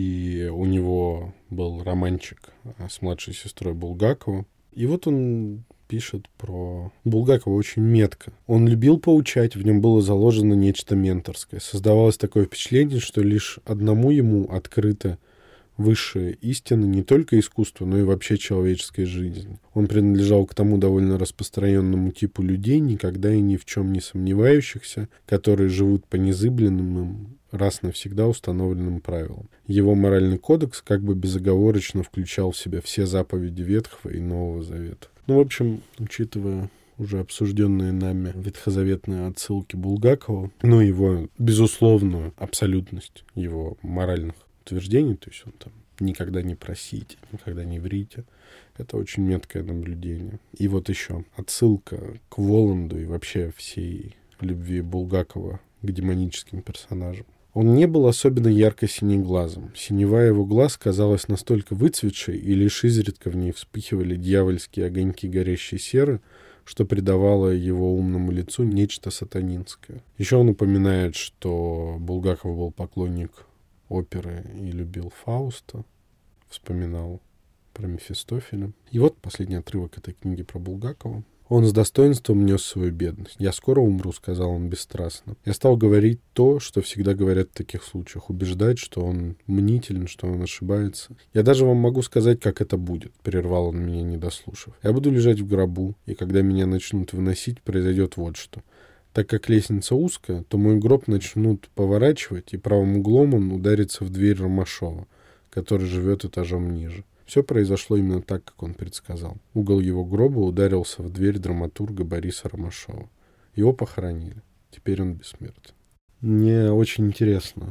и у него был романчик с младшей сестрой Булгакова. И вот он пишет про Булгакова очень метко. Он любил поучать, в нем было заложено нечто менторское. Создавалось такое впечатление, что лишь одному ему открыта высшая истина не только искусства, но и вообще человеческой жизни. Он принадлежал к тому довольно распространенному типу людей, никогда и ни в чем не сомневающихся, которые живут по незыблемым им раз навсегда установленным правилам. Его моральный кодекс как бы безоговорочно включал в себя все заповеди Ветхого и Нового Завета. Ну, в общем, учитывая уже обсужденные нами ветхозаветные отсылки Булгакова, ну, его безусловную абсолютность его моральных утверждений, то есть он там никогда не просите, никогда не врите. Это очень меткое наблюдение. И вот еще отсылка к Воланду и вообще всей любви Булгакова к демоническим персонажам. Он не был особенно ярко синеглазым. Синева его глаз казалась настолько выцветшей, и лишь изредка в ней вспыхивали дьявольские огоньки горящей серы, что придавало его умному лицу нечто сатанинское. Еще он упоминает, что Булгаков был поклонник оперы и любил Фауста, вспоминал про Мефистофеля. И вот последний отрывок этой книги про Булгакова. Он с достоинством нес свою бедность. «Я скоро умру», — сказал он бесстрастно. Я стал говорить то, что всегда говорят в таких случаях, убеждать, что он мнителен, что он ошибается. «Я даже вам могу сказать, как это будет», — прервал он меня, не дослушав. «Я буду лежать в гробу, и когда меня начнут выносить, произойдет вот что. Так как лестница узкая, то мой гроб начнут поворачивать, и правым углом он ударится в дверь Ромашова, который живет этажом ниже». Все произошло именно так, как он предсказал. Угол его гроба ударился в дверь драматурга Бориса Ромашова. Его похоронили. Теперь он бессмертен. Мне очень интересно,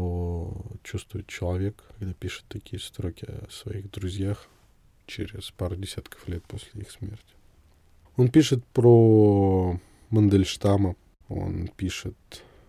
что чувствует человек, когда пишет такие строки о своих друзьях через пару десятков лет после их смерти. Он пишет про Мандельштама, он пишет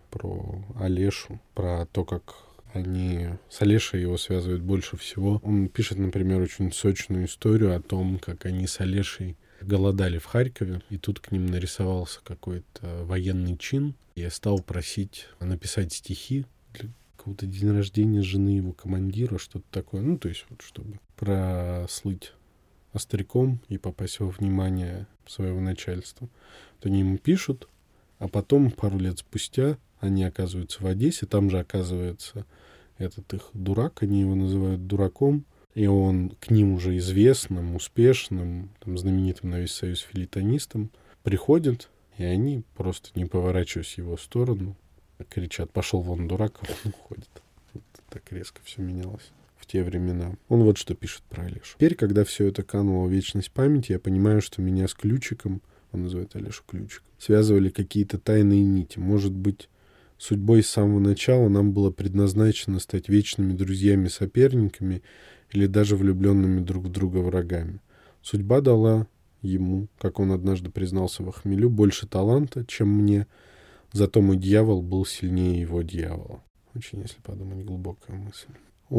про Олешу, про то, как они с Олешей его связывают больше всего. Он пишет, например, очень сочную историю о том, как они с Олешей голодали в Харькове, и тут к ним нарисовался какой-то военный чин, и стал просить написать стихи для какого-то день рождения жены его командира, что-то такое. Ну, то есть, вот, чтобы прослыть остряком и попасть во внимание своего начальства. То они ему пишут, а потом, пару лет спустя, они оказываются в Одессе, там же оказывается этот их дурак, они его называют дураком, и он к ним уже известным, успешным, там, знаменитым на весь Союз филитонистом приходит, и они, просто не поворачиваясь в его сторону, кричат: «Пошел вон, дурак», а он уходит. Вот так резко все менялось в те времена. Он вот что пишет про Олешу. «Теперь, когда все это кануло в вечность памяти, я понимаю, что меня с Ключиком, он называет Олешу Ключик, связывали какие-то тайные нити. Может быть, судьбой с самого начала нам было предназначено стать вечными друзьями-соперниками или даже влюбленными друг в друга врагами. Судьба дала ему, как он однажды признался во хмелю, больше таланта, чем мне, зато мой дьявол был сильнее его дьявола». Очень, если подумать, глубокая мысль.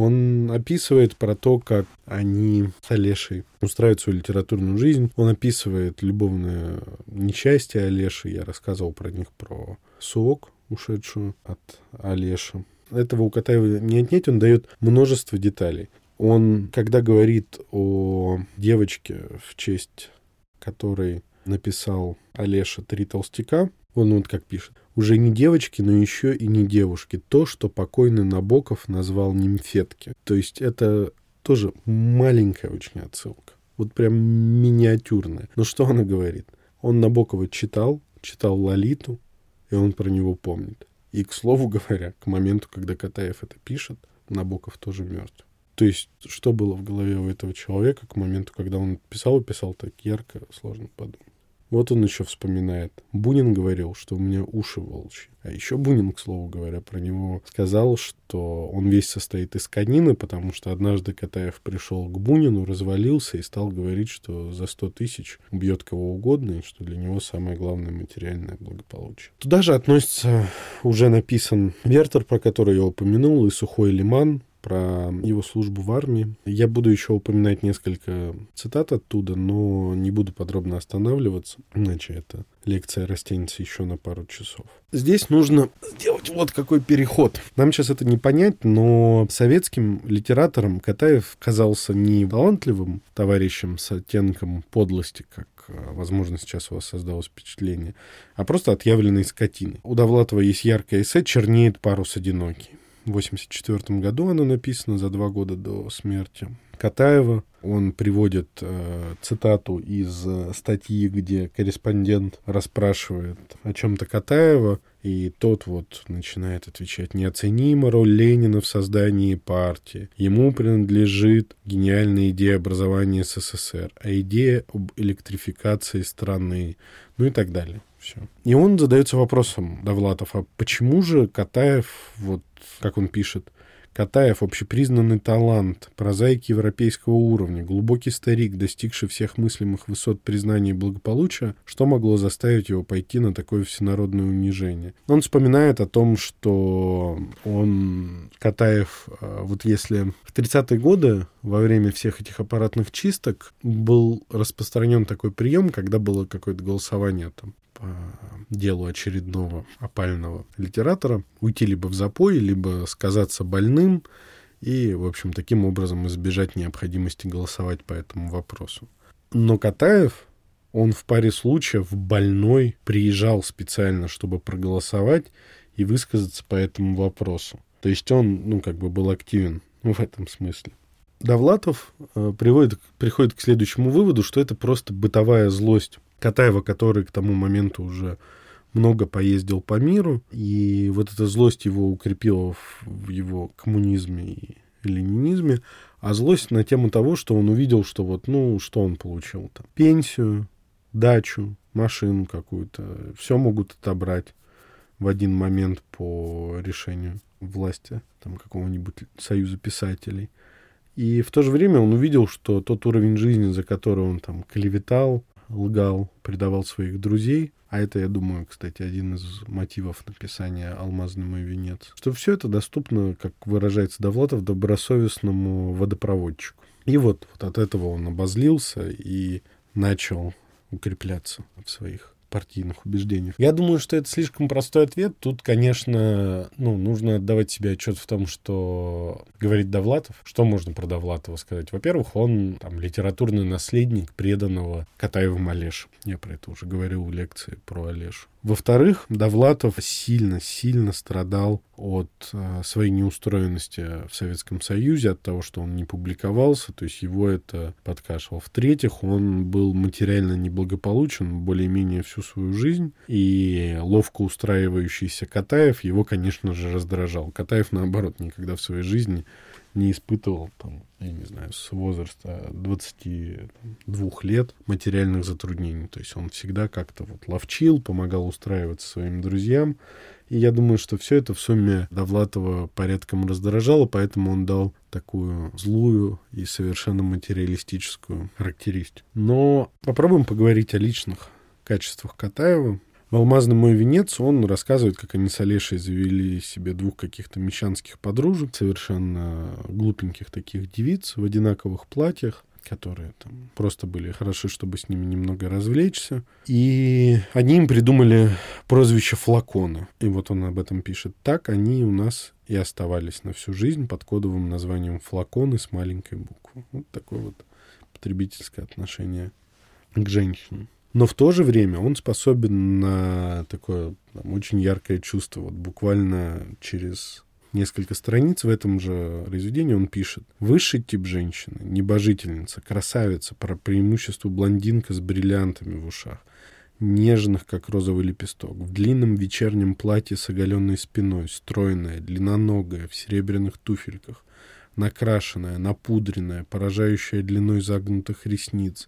Он описывает про то, как они с Олешей устраивают свою литературную жизнь. Он описывает любовное несчастье Олеши. Я рассказывал про них, про Суок, ушедшую от Олеши. Этого у Катаева не отнять, он дает множество деталей. Он, когда говорит о девочке, в честь которой написал Олеша «Три толстяка», он вот как пишет: «Уже не девочки, но еще и не девушки. То, что покойный Набоков назвал нимфетки». То есть это тоже маленькая очень отсылка. Вот прям миниатюрная. Но что она говорит? Он Набокова читал «Лолиту», и он про него помнит. И, к слову говоря, к моменту, когда Катаев это пишет, Набоков тоже мертв. То есть, что было в голове у этого человека к моменту, когда он писал так ярко, сложно подумать. Вот он еще вспоминает. Бунин говорил, что у меня уши волчьи. А еще Бунин, к слову говоря, про него сказал, что он весь состоит из конины, потому что однажды Катаев пришел к Бунину, развалился и стал говорить, что за 100 тысяч убьет кого угодно, и что для него самое главное материальное благополучие. Туда же относится, уже написан Вертер, про который я упомянул, и Сухой Лиман, про его службу в армии. Я буду еще упоминать несколько цитат оттуда, но не буду подробно останавливаться, иначе эта лекция растянется еще на пару часов. Здесь нужно сделать вот какой переход. Нам сейчас это не понять, но советским литераторам Катаев казался не талантливым товарищем с оттенком подлости, как, возможно, сейчас у вас создалось впечатление, а просто отъявленной скотиной. У Довлатова есть яркое эссе «Чернеет парус одинокий». В 1984 году оно написано, за 2 года до смерти Катаева. Он приводит цитату из статьи, где корреспондент расспрашивает о чем-то Катаева, и тот вот начинает отвечать: «Неоценима роль Ленина в создании партии. Ему принадлежит гениальная идея образования СССР, а идея об электрификации страны», ну и так далее. Все. И он задается вопросом, Довлатов, а почему же Катаев, вот как он пишет, Катаев — общепризнанный талант, прозаик европейского уровня, глубокий старик, достигший всех мыслимых высот признания и благополучия, что могло заставить его пойти на такое всенародное унижение? Он вспоминает о том, что Катаев, вот если в 30-е годы, во время всех этих аппаратных чисток, был распространен такой прием, когда было какое-то голосование там по делу очередного опального литератора, уйти либо в запой, либо сказаться больным и, в общем, таким образом избежать необходимости голосовать по этому вопросу. Но Катаев, он в паре случаев больной приезжал специально, чтобы проголосовать и высказаться по этому вопросу. То есть он, был активен в этом смысле. Довлатов приходит к следующему выводу, что это просто бытовая злость Катаева, который к тому моменту уже много поездил по миру, и вот эта злость его укрепила в его коммунизме и ленинизме, а злость на тему того, что он увидел, что что он получил там: пенсию, дачу, машину какую-то, все могут отобрать в один момент по решению власти там какого-нибудь союза писателей. И в то же время он увидел, что тот уровень жизни, за который он там клеветал, лгал, предавал своих друзей, а это, я думаю, кстати, один из мотивов написания «Алмазный мой венец», что все это доступно, как выражается Довлатов, добросовестному водопроводчику. И вот от этого он обозлился и начал укрепляться в своих партийных убеждениях. Я думаю, что это слишком простой ответ. Тут, конечно, нужно отдавать себе отчет в том, что говорит Довлатов. Что можно про Довлатова сказать? Во-первых, он литературный наследник преданного Катаевым Олеши. Я про это уже говорил в лекции про Олешу. Во-вторых, Довлатов сильно страдал от своей неустроенности в Советском Союзе, от того, что он не публиковался, то есть его это подкашивало. В-третьих, он был материально неблагополучен более-менее всю свою жизнь, и ловко устраивающийся Катаев его, конечно же, раздражал. Катаев, наоборот, никогда в своей жизни не испытывал, с возраста 22 лет материальных затруднений. То есть он всегда как-то ловчил, помогал устраиваться своим друзьям. И я думаю, что все это в сумме Довлатова порядком раздражало, поэтому он дал такую злую и совершенно материалистическую характеристику. Но попробуем поговорить о личных качествах Катаева. В «Алмазный мой венец» он рассказывает, как они с Олешей завели себе 2 каких-то мещанских подружек, совершенно глупеньких таких девиц в одинаковых платьях, которые там просто были хороши, чтобы с ними немного развлечься. И они им придумали прозвище «Флаконы». И вот он об этом пишет. Так они у нас и оставались на всю жизнь под кодовым названием «Флаконы» с маленькой буквы. Вот такое вот потребительское отношение к женщинам. Но в то же время он способен на такое очень яркое чувство. Вот буквально через несколько страниц в этом же произведении он пишет: «Высший тип женщины, небожительница, красавица, по преимуществу блондинка с бриллиантами в ушах, нежных, как розовый лепесток, в длинном вечернем платье с оголенной спиной, стройная, длинноногая, в серебряных туфельках, накрашенная, напудренная, поражающая длиной загнутых ресниц,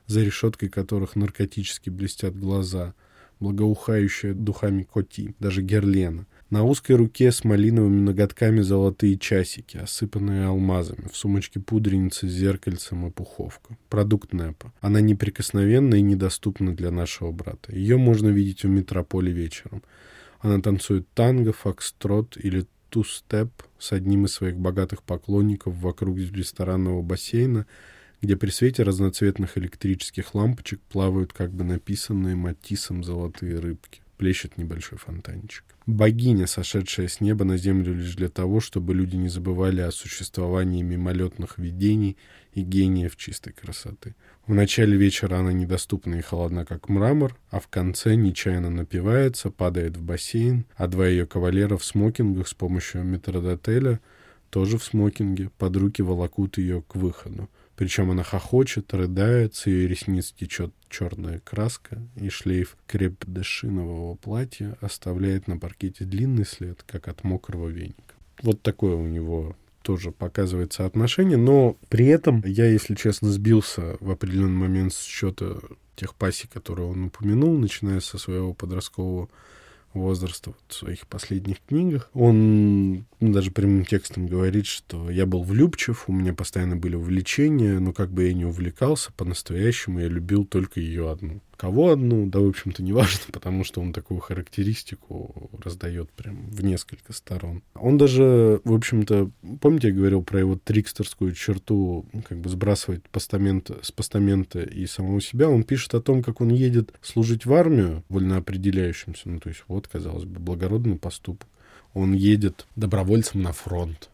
за решеткой которых наркотически блестят глаза, благоухающая духами коти, даже Герлена. На узкой руке с малиновыми ноготками золотые часики, осыпанные алмазами, в сумочке пудреницы с зеркальцем и пуховка. Продукт НЭПа. Она неприкосновенна и недоступна для нашего брата. Ее можно видеть в метрополе вечером. Она танцует танго, фокстрот или ту-степ с одним из своих богатых поклонников вокруг ресторанного бассейна, где при свете разноцветных электрических лампочек плавают как бы написанные Матиссом золотые рыбки. Плещет небольшой фонтанчик. Богиня, сошедшая с неба на землю лишь для того, чтобы люди не забывали о существовании мимолетных видений и гениев чистой красоты. В начале вечера она недоступна и холодна, как мрамор, а в конце нечаянно напивается, падает в бассейн, а два ее кавалера в смокингах с помощью метрдотеля, тоже в смокинге, под руки волокут ее к выходу. Причем она хохочет, рыдает, с ее ресниц течет черная краска, и шлейф креп-де-шинового платья оставляет на паркете длинный след, как от мокрого веника. Вот такое у него тоже показывается отношение, но при этом я, если честно, сбился в определенный момент с счета тех пассий, которые он упомянул, начиная со своего подросткового возраста в своих последних книгах. Он даже прямым текстом говорит, что я был влюбчив, у меня постоянно были увлечения, но как бы я не увлекался, по-настоящему я любил только ее одну. Кого одну? Да, в общем-то, не важно, потому что он такую характеристику раздает прям в несколько сторон. Он даже, в общем-то, помните, я говорил про его трикстерскую черту, как бы сбрасывать с постамента и самого себя? Он пишет о том, как он едет служить в армию, вольноопределяющимся, ну, то есть вот, казалось бы, благородный поступок. Он едет добровольцем на фронт.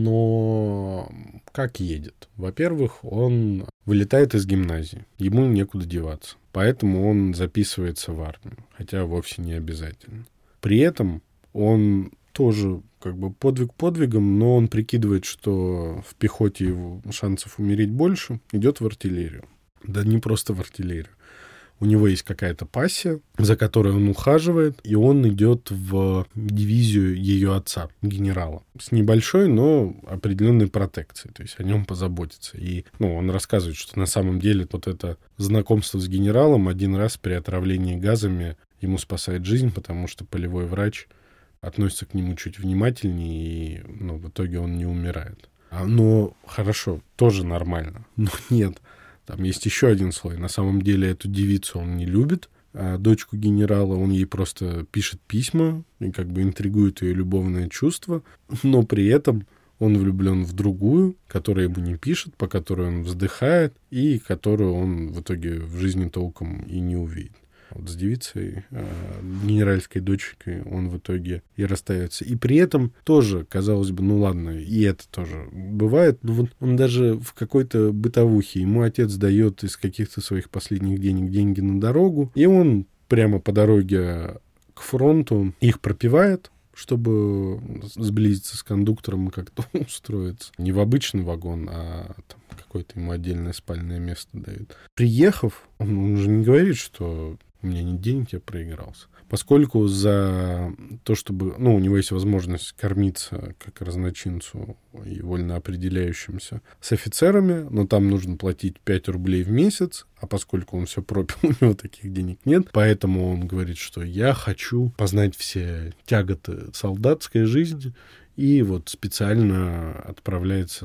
Но как едет? Во-первых, он вылетает из гимназии. Ему некуда деваться. Поэтому он записывается в армию. Хотя вовсе не обязательно. При этом он тоже как бы подвиг подвигом, но он прикидывает, что в пехоте его шансов умереть больше, идет в артиллерию. Да не просто в артиллерию. У него есть какая-то пассия, за которой он ухаживает, и он идет в дивизию ее отца, генерала. С небольшой, но определенной протекцией, то есть о нем позаботиться. И он рассказывает, что на самом деле вот это знакомство с генералом один раз при отравлении газами ему спасает жизнь, потому что полевой врач относится к нему чуть внимательнее, и в итоге он не умирает. Но хорошо, тоже нормально, но нет. Там есть еще один слой. На самом деле эту девицу он не любит, а дочку генерала, он ей просто пишет письма и как бы интригует ее любовное чувство, но при этом он влюблен в другую, которая ему не пишет, по которой он вздыхает и которую он в итоге в жизни толком и не увидит. Вот с девицей, генеральской дочкой, он в итоге и расстается. И при этом тоже, казалось бы, ладно, и это тоже бывает. Но вот он даже в какой-то бытовухе, ему отец дает из каких-то своих последних денег деньги на дорогу, и он прямо по дороге к фронту их пропивает, чтобы сблизиться с кондуктором и как-то устроиться. Не в обычный вагон, а там какое-то ему отдельное спальное место дают. Приехав, он уже не говорит, что у меня нет денег, я проигрался. Поскольку за то, чтобы... у него есть возможность кормиться как разночинцу и вольно определяющимся с офицерами, но там нужно платить 5 рублей в месяц, а поскольку он все пропил, у него таких денег нет, поэтому он говорит, что я хочу познать все тяготы солдатской жизни, и вот специально отправляется,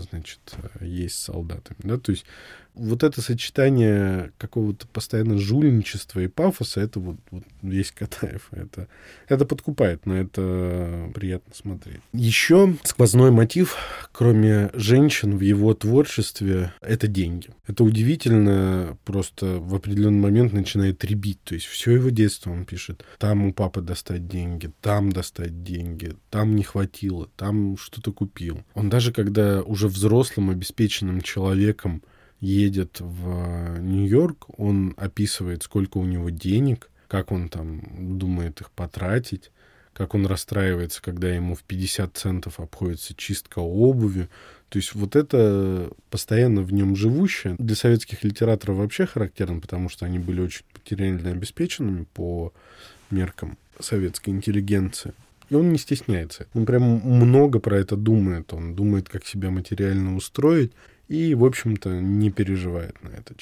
есть с солдатами. Да? То есть вот это сочетание какого-то постоянно жульничества и пафоса, это вот весь Катаев. Это подкупает, но это приятно смотреть. Еще сквозной мотив, кроме женщин в его творчестве, это деньги. Это удивительно, просто в определенный момент начинает рябить. То есть все его детство он пишет. Там у папы достать деньги, там достать деньги, там не хватило, там что-то купил. Он даже когда уже взрослым, обеспеченным человеком едет в Нью-Йорк, он описывает, сколько у него денег, как он там думает их потратить, как он расстраивается, когда ему в 50 центов обходится чистка обуви. То есть вот это постоянно в нем живущее. Для советских литераторов вообще характерно, потому что они были очень материально обеспеченными по меркам советской интеллигенции. И он не стесняется. Он прям много про это думает. Он думает, как себя материально устроить. И, в общем-то, не переживает на этот счет.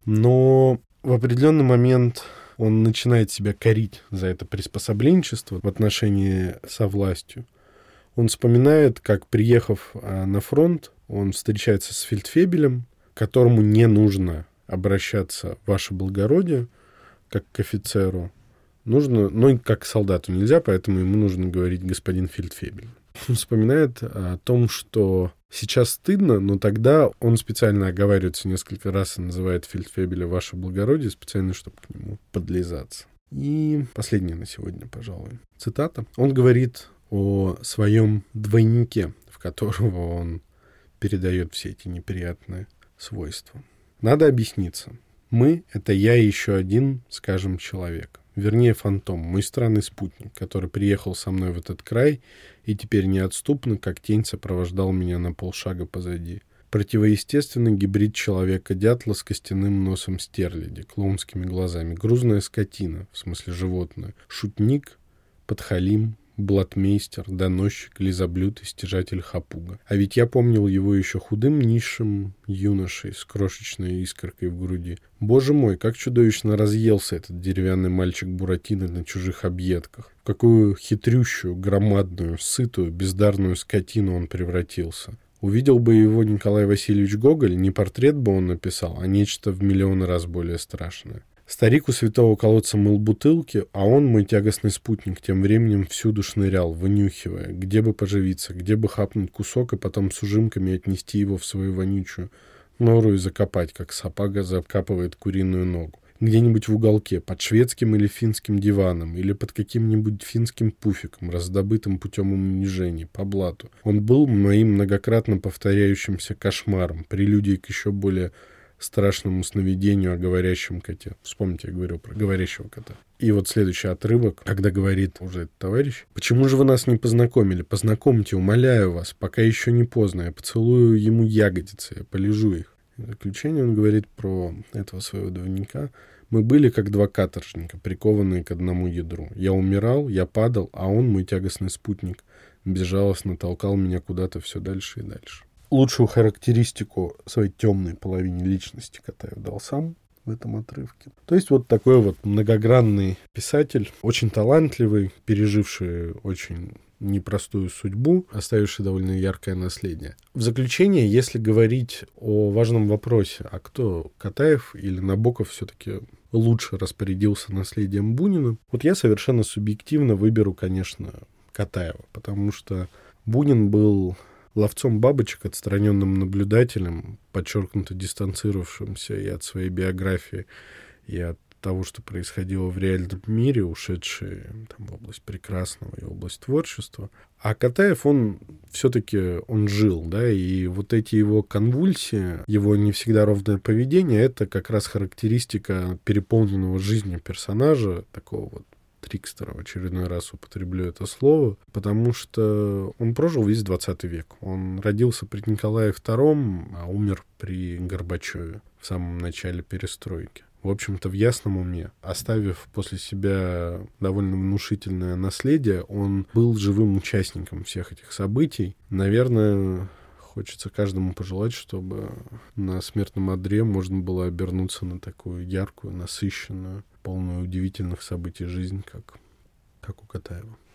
Но в определенный момент он начинает себя корить за это приспособленчество в отношении со властью. Он вспоминает, как, приехав на фронт, он встречается с фельдфебелем, которому не нужно обращаться ваше благородие, как к офицеру. Нужно, но и как к солдату нельзя, поэтому ему нужно говорить господин фельдфебель. Он вспоминает о том, что сейчас стыдно, но тогда он специально оговаривается несколько раз и называет фельдфебеля ваше благородие, специально, чтобы к нему подлизаться. И последнее на сегодня, пожалуй, цитата. Он говорит о своем двойнике, в которого он передает все эти неприятные свойства. Надо объясниться. Мы — это я и еще один, скажем, человек. Вернее, фантом, мой странный спутник, который приехал со мной в этот край и теперь неотступно, как тень, сопровождал меня на полшага позади. Противоестественный гибрид человека-дятла с костяным носом стерляди, клоунскими глазами, грузная скотина, в смысле животное, шутник, подхалим, блатмейстер, доносчик, лизоблюд и стяжатель хапуга. А ведь я помнил его еще худым, низшим юношей с крошечной искоркой в груди. Боже мой, как чудовищно разъелся этот деревянный мальчик Буратино на чужих объедках. В какую хитрющую, громадную, сытую, бездарную скотину он превратился. Увидел бы его Николай Васильевич Гоголь, не портрет бы он написал, а нечто в миллион раз более страшное. Старик у святого колодца мыл бутылки, а он, мой тягостный спутник, тем временем всюду шнырял, вынюхивая, где бы поживиться, где бы хапнуть кусок и потом с ужимками отнести его в свою вонючую нору и закопать, как сапага закапывает куриную ногу. Где-нибудь в уголке, под шведским или финским диваном, или под каким-нибудь финским пуфиком, раздобытым путем унижения, по блату. Он был моим многократно повторяющимся кошмаром, прелюдией к еще более страшному сновидению о говорящем коте. Вспомните, я говорил про говорящего кота. И вот следующий отрывок, когда говорит уже этот товарищ: «Почему же вы нас не познакомили? Познакомьте, умоляю вас, пока еще не поздно. Я поцелую ему ягодицы, я полижу их». В заключение он говорит про этого своего двойника. «Мы были как два каторжника, прикованные к одному ядру. Я умирал, я падал, а он, мой тягостный спутник, безжалостно толкал меня куда-то все дальше и дальше». Лучшую характеристику своей темной половине личности Катаев дал сам в этом отрывке. То есть вот такой вот многогранный писатель, очень талантливый, переживший очень непростую судьбу, оставивший довольно яркое наследие. В заключение, если говорить о важном вопросе, а кто, Катаев или Набоков, все-таки лучше распорядился наследием Бунина, вот я совершенно субъективно выберу, конечно, Катаева, потому что Бунин был ловцом бабочек, отстраненным наблюдателем, подчеркнуто дистанцировавшимся и от своей биографии, и от того, что происходило в реальном мире, ушедший там, в область прекрасного и область творчества. А Катаев, он все-таки он жил, да, и вот эти его конвульсии, его не всегда ровное поведение, это как раз характеристика переполненного жизнью персонажа, такого вот трикстера, в очередной раз употреблю это слово, потому что он прожил весь 20 век. Он родился при Николае II, а умер при Горбачеве в самом начале перестройки. В общем-то, в ясном уме, оставив после себя довольно внушительное наследие, он был живым участником всех этих событий. Наверное, хочется каждому пожелать, чтобы на смертном одре можно было обернуться на такую яркую, насыщенную, полную удивительных событий жизнь, как у Катаева.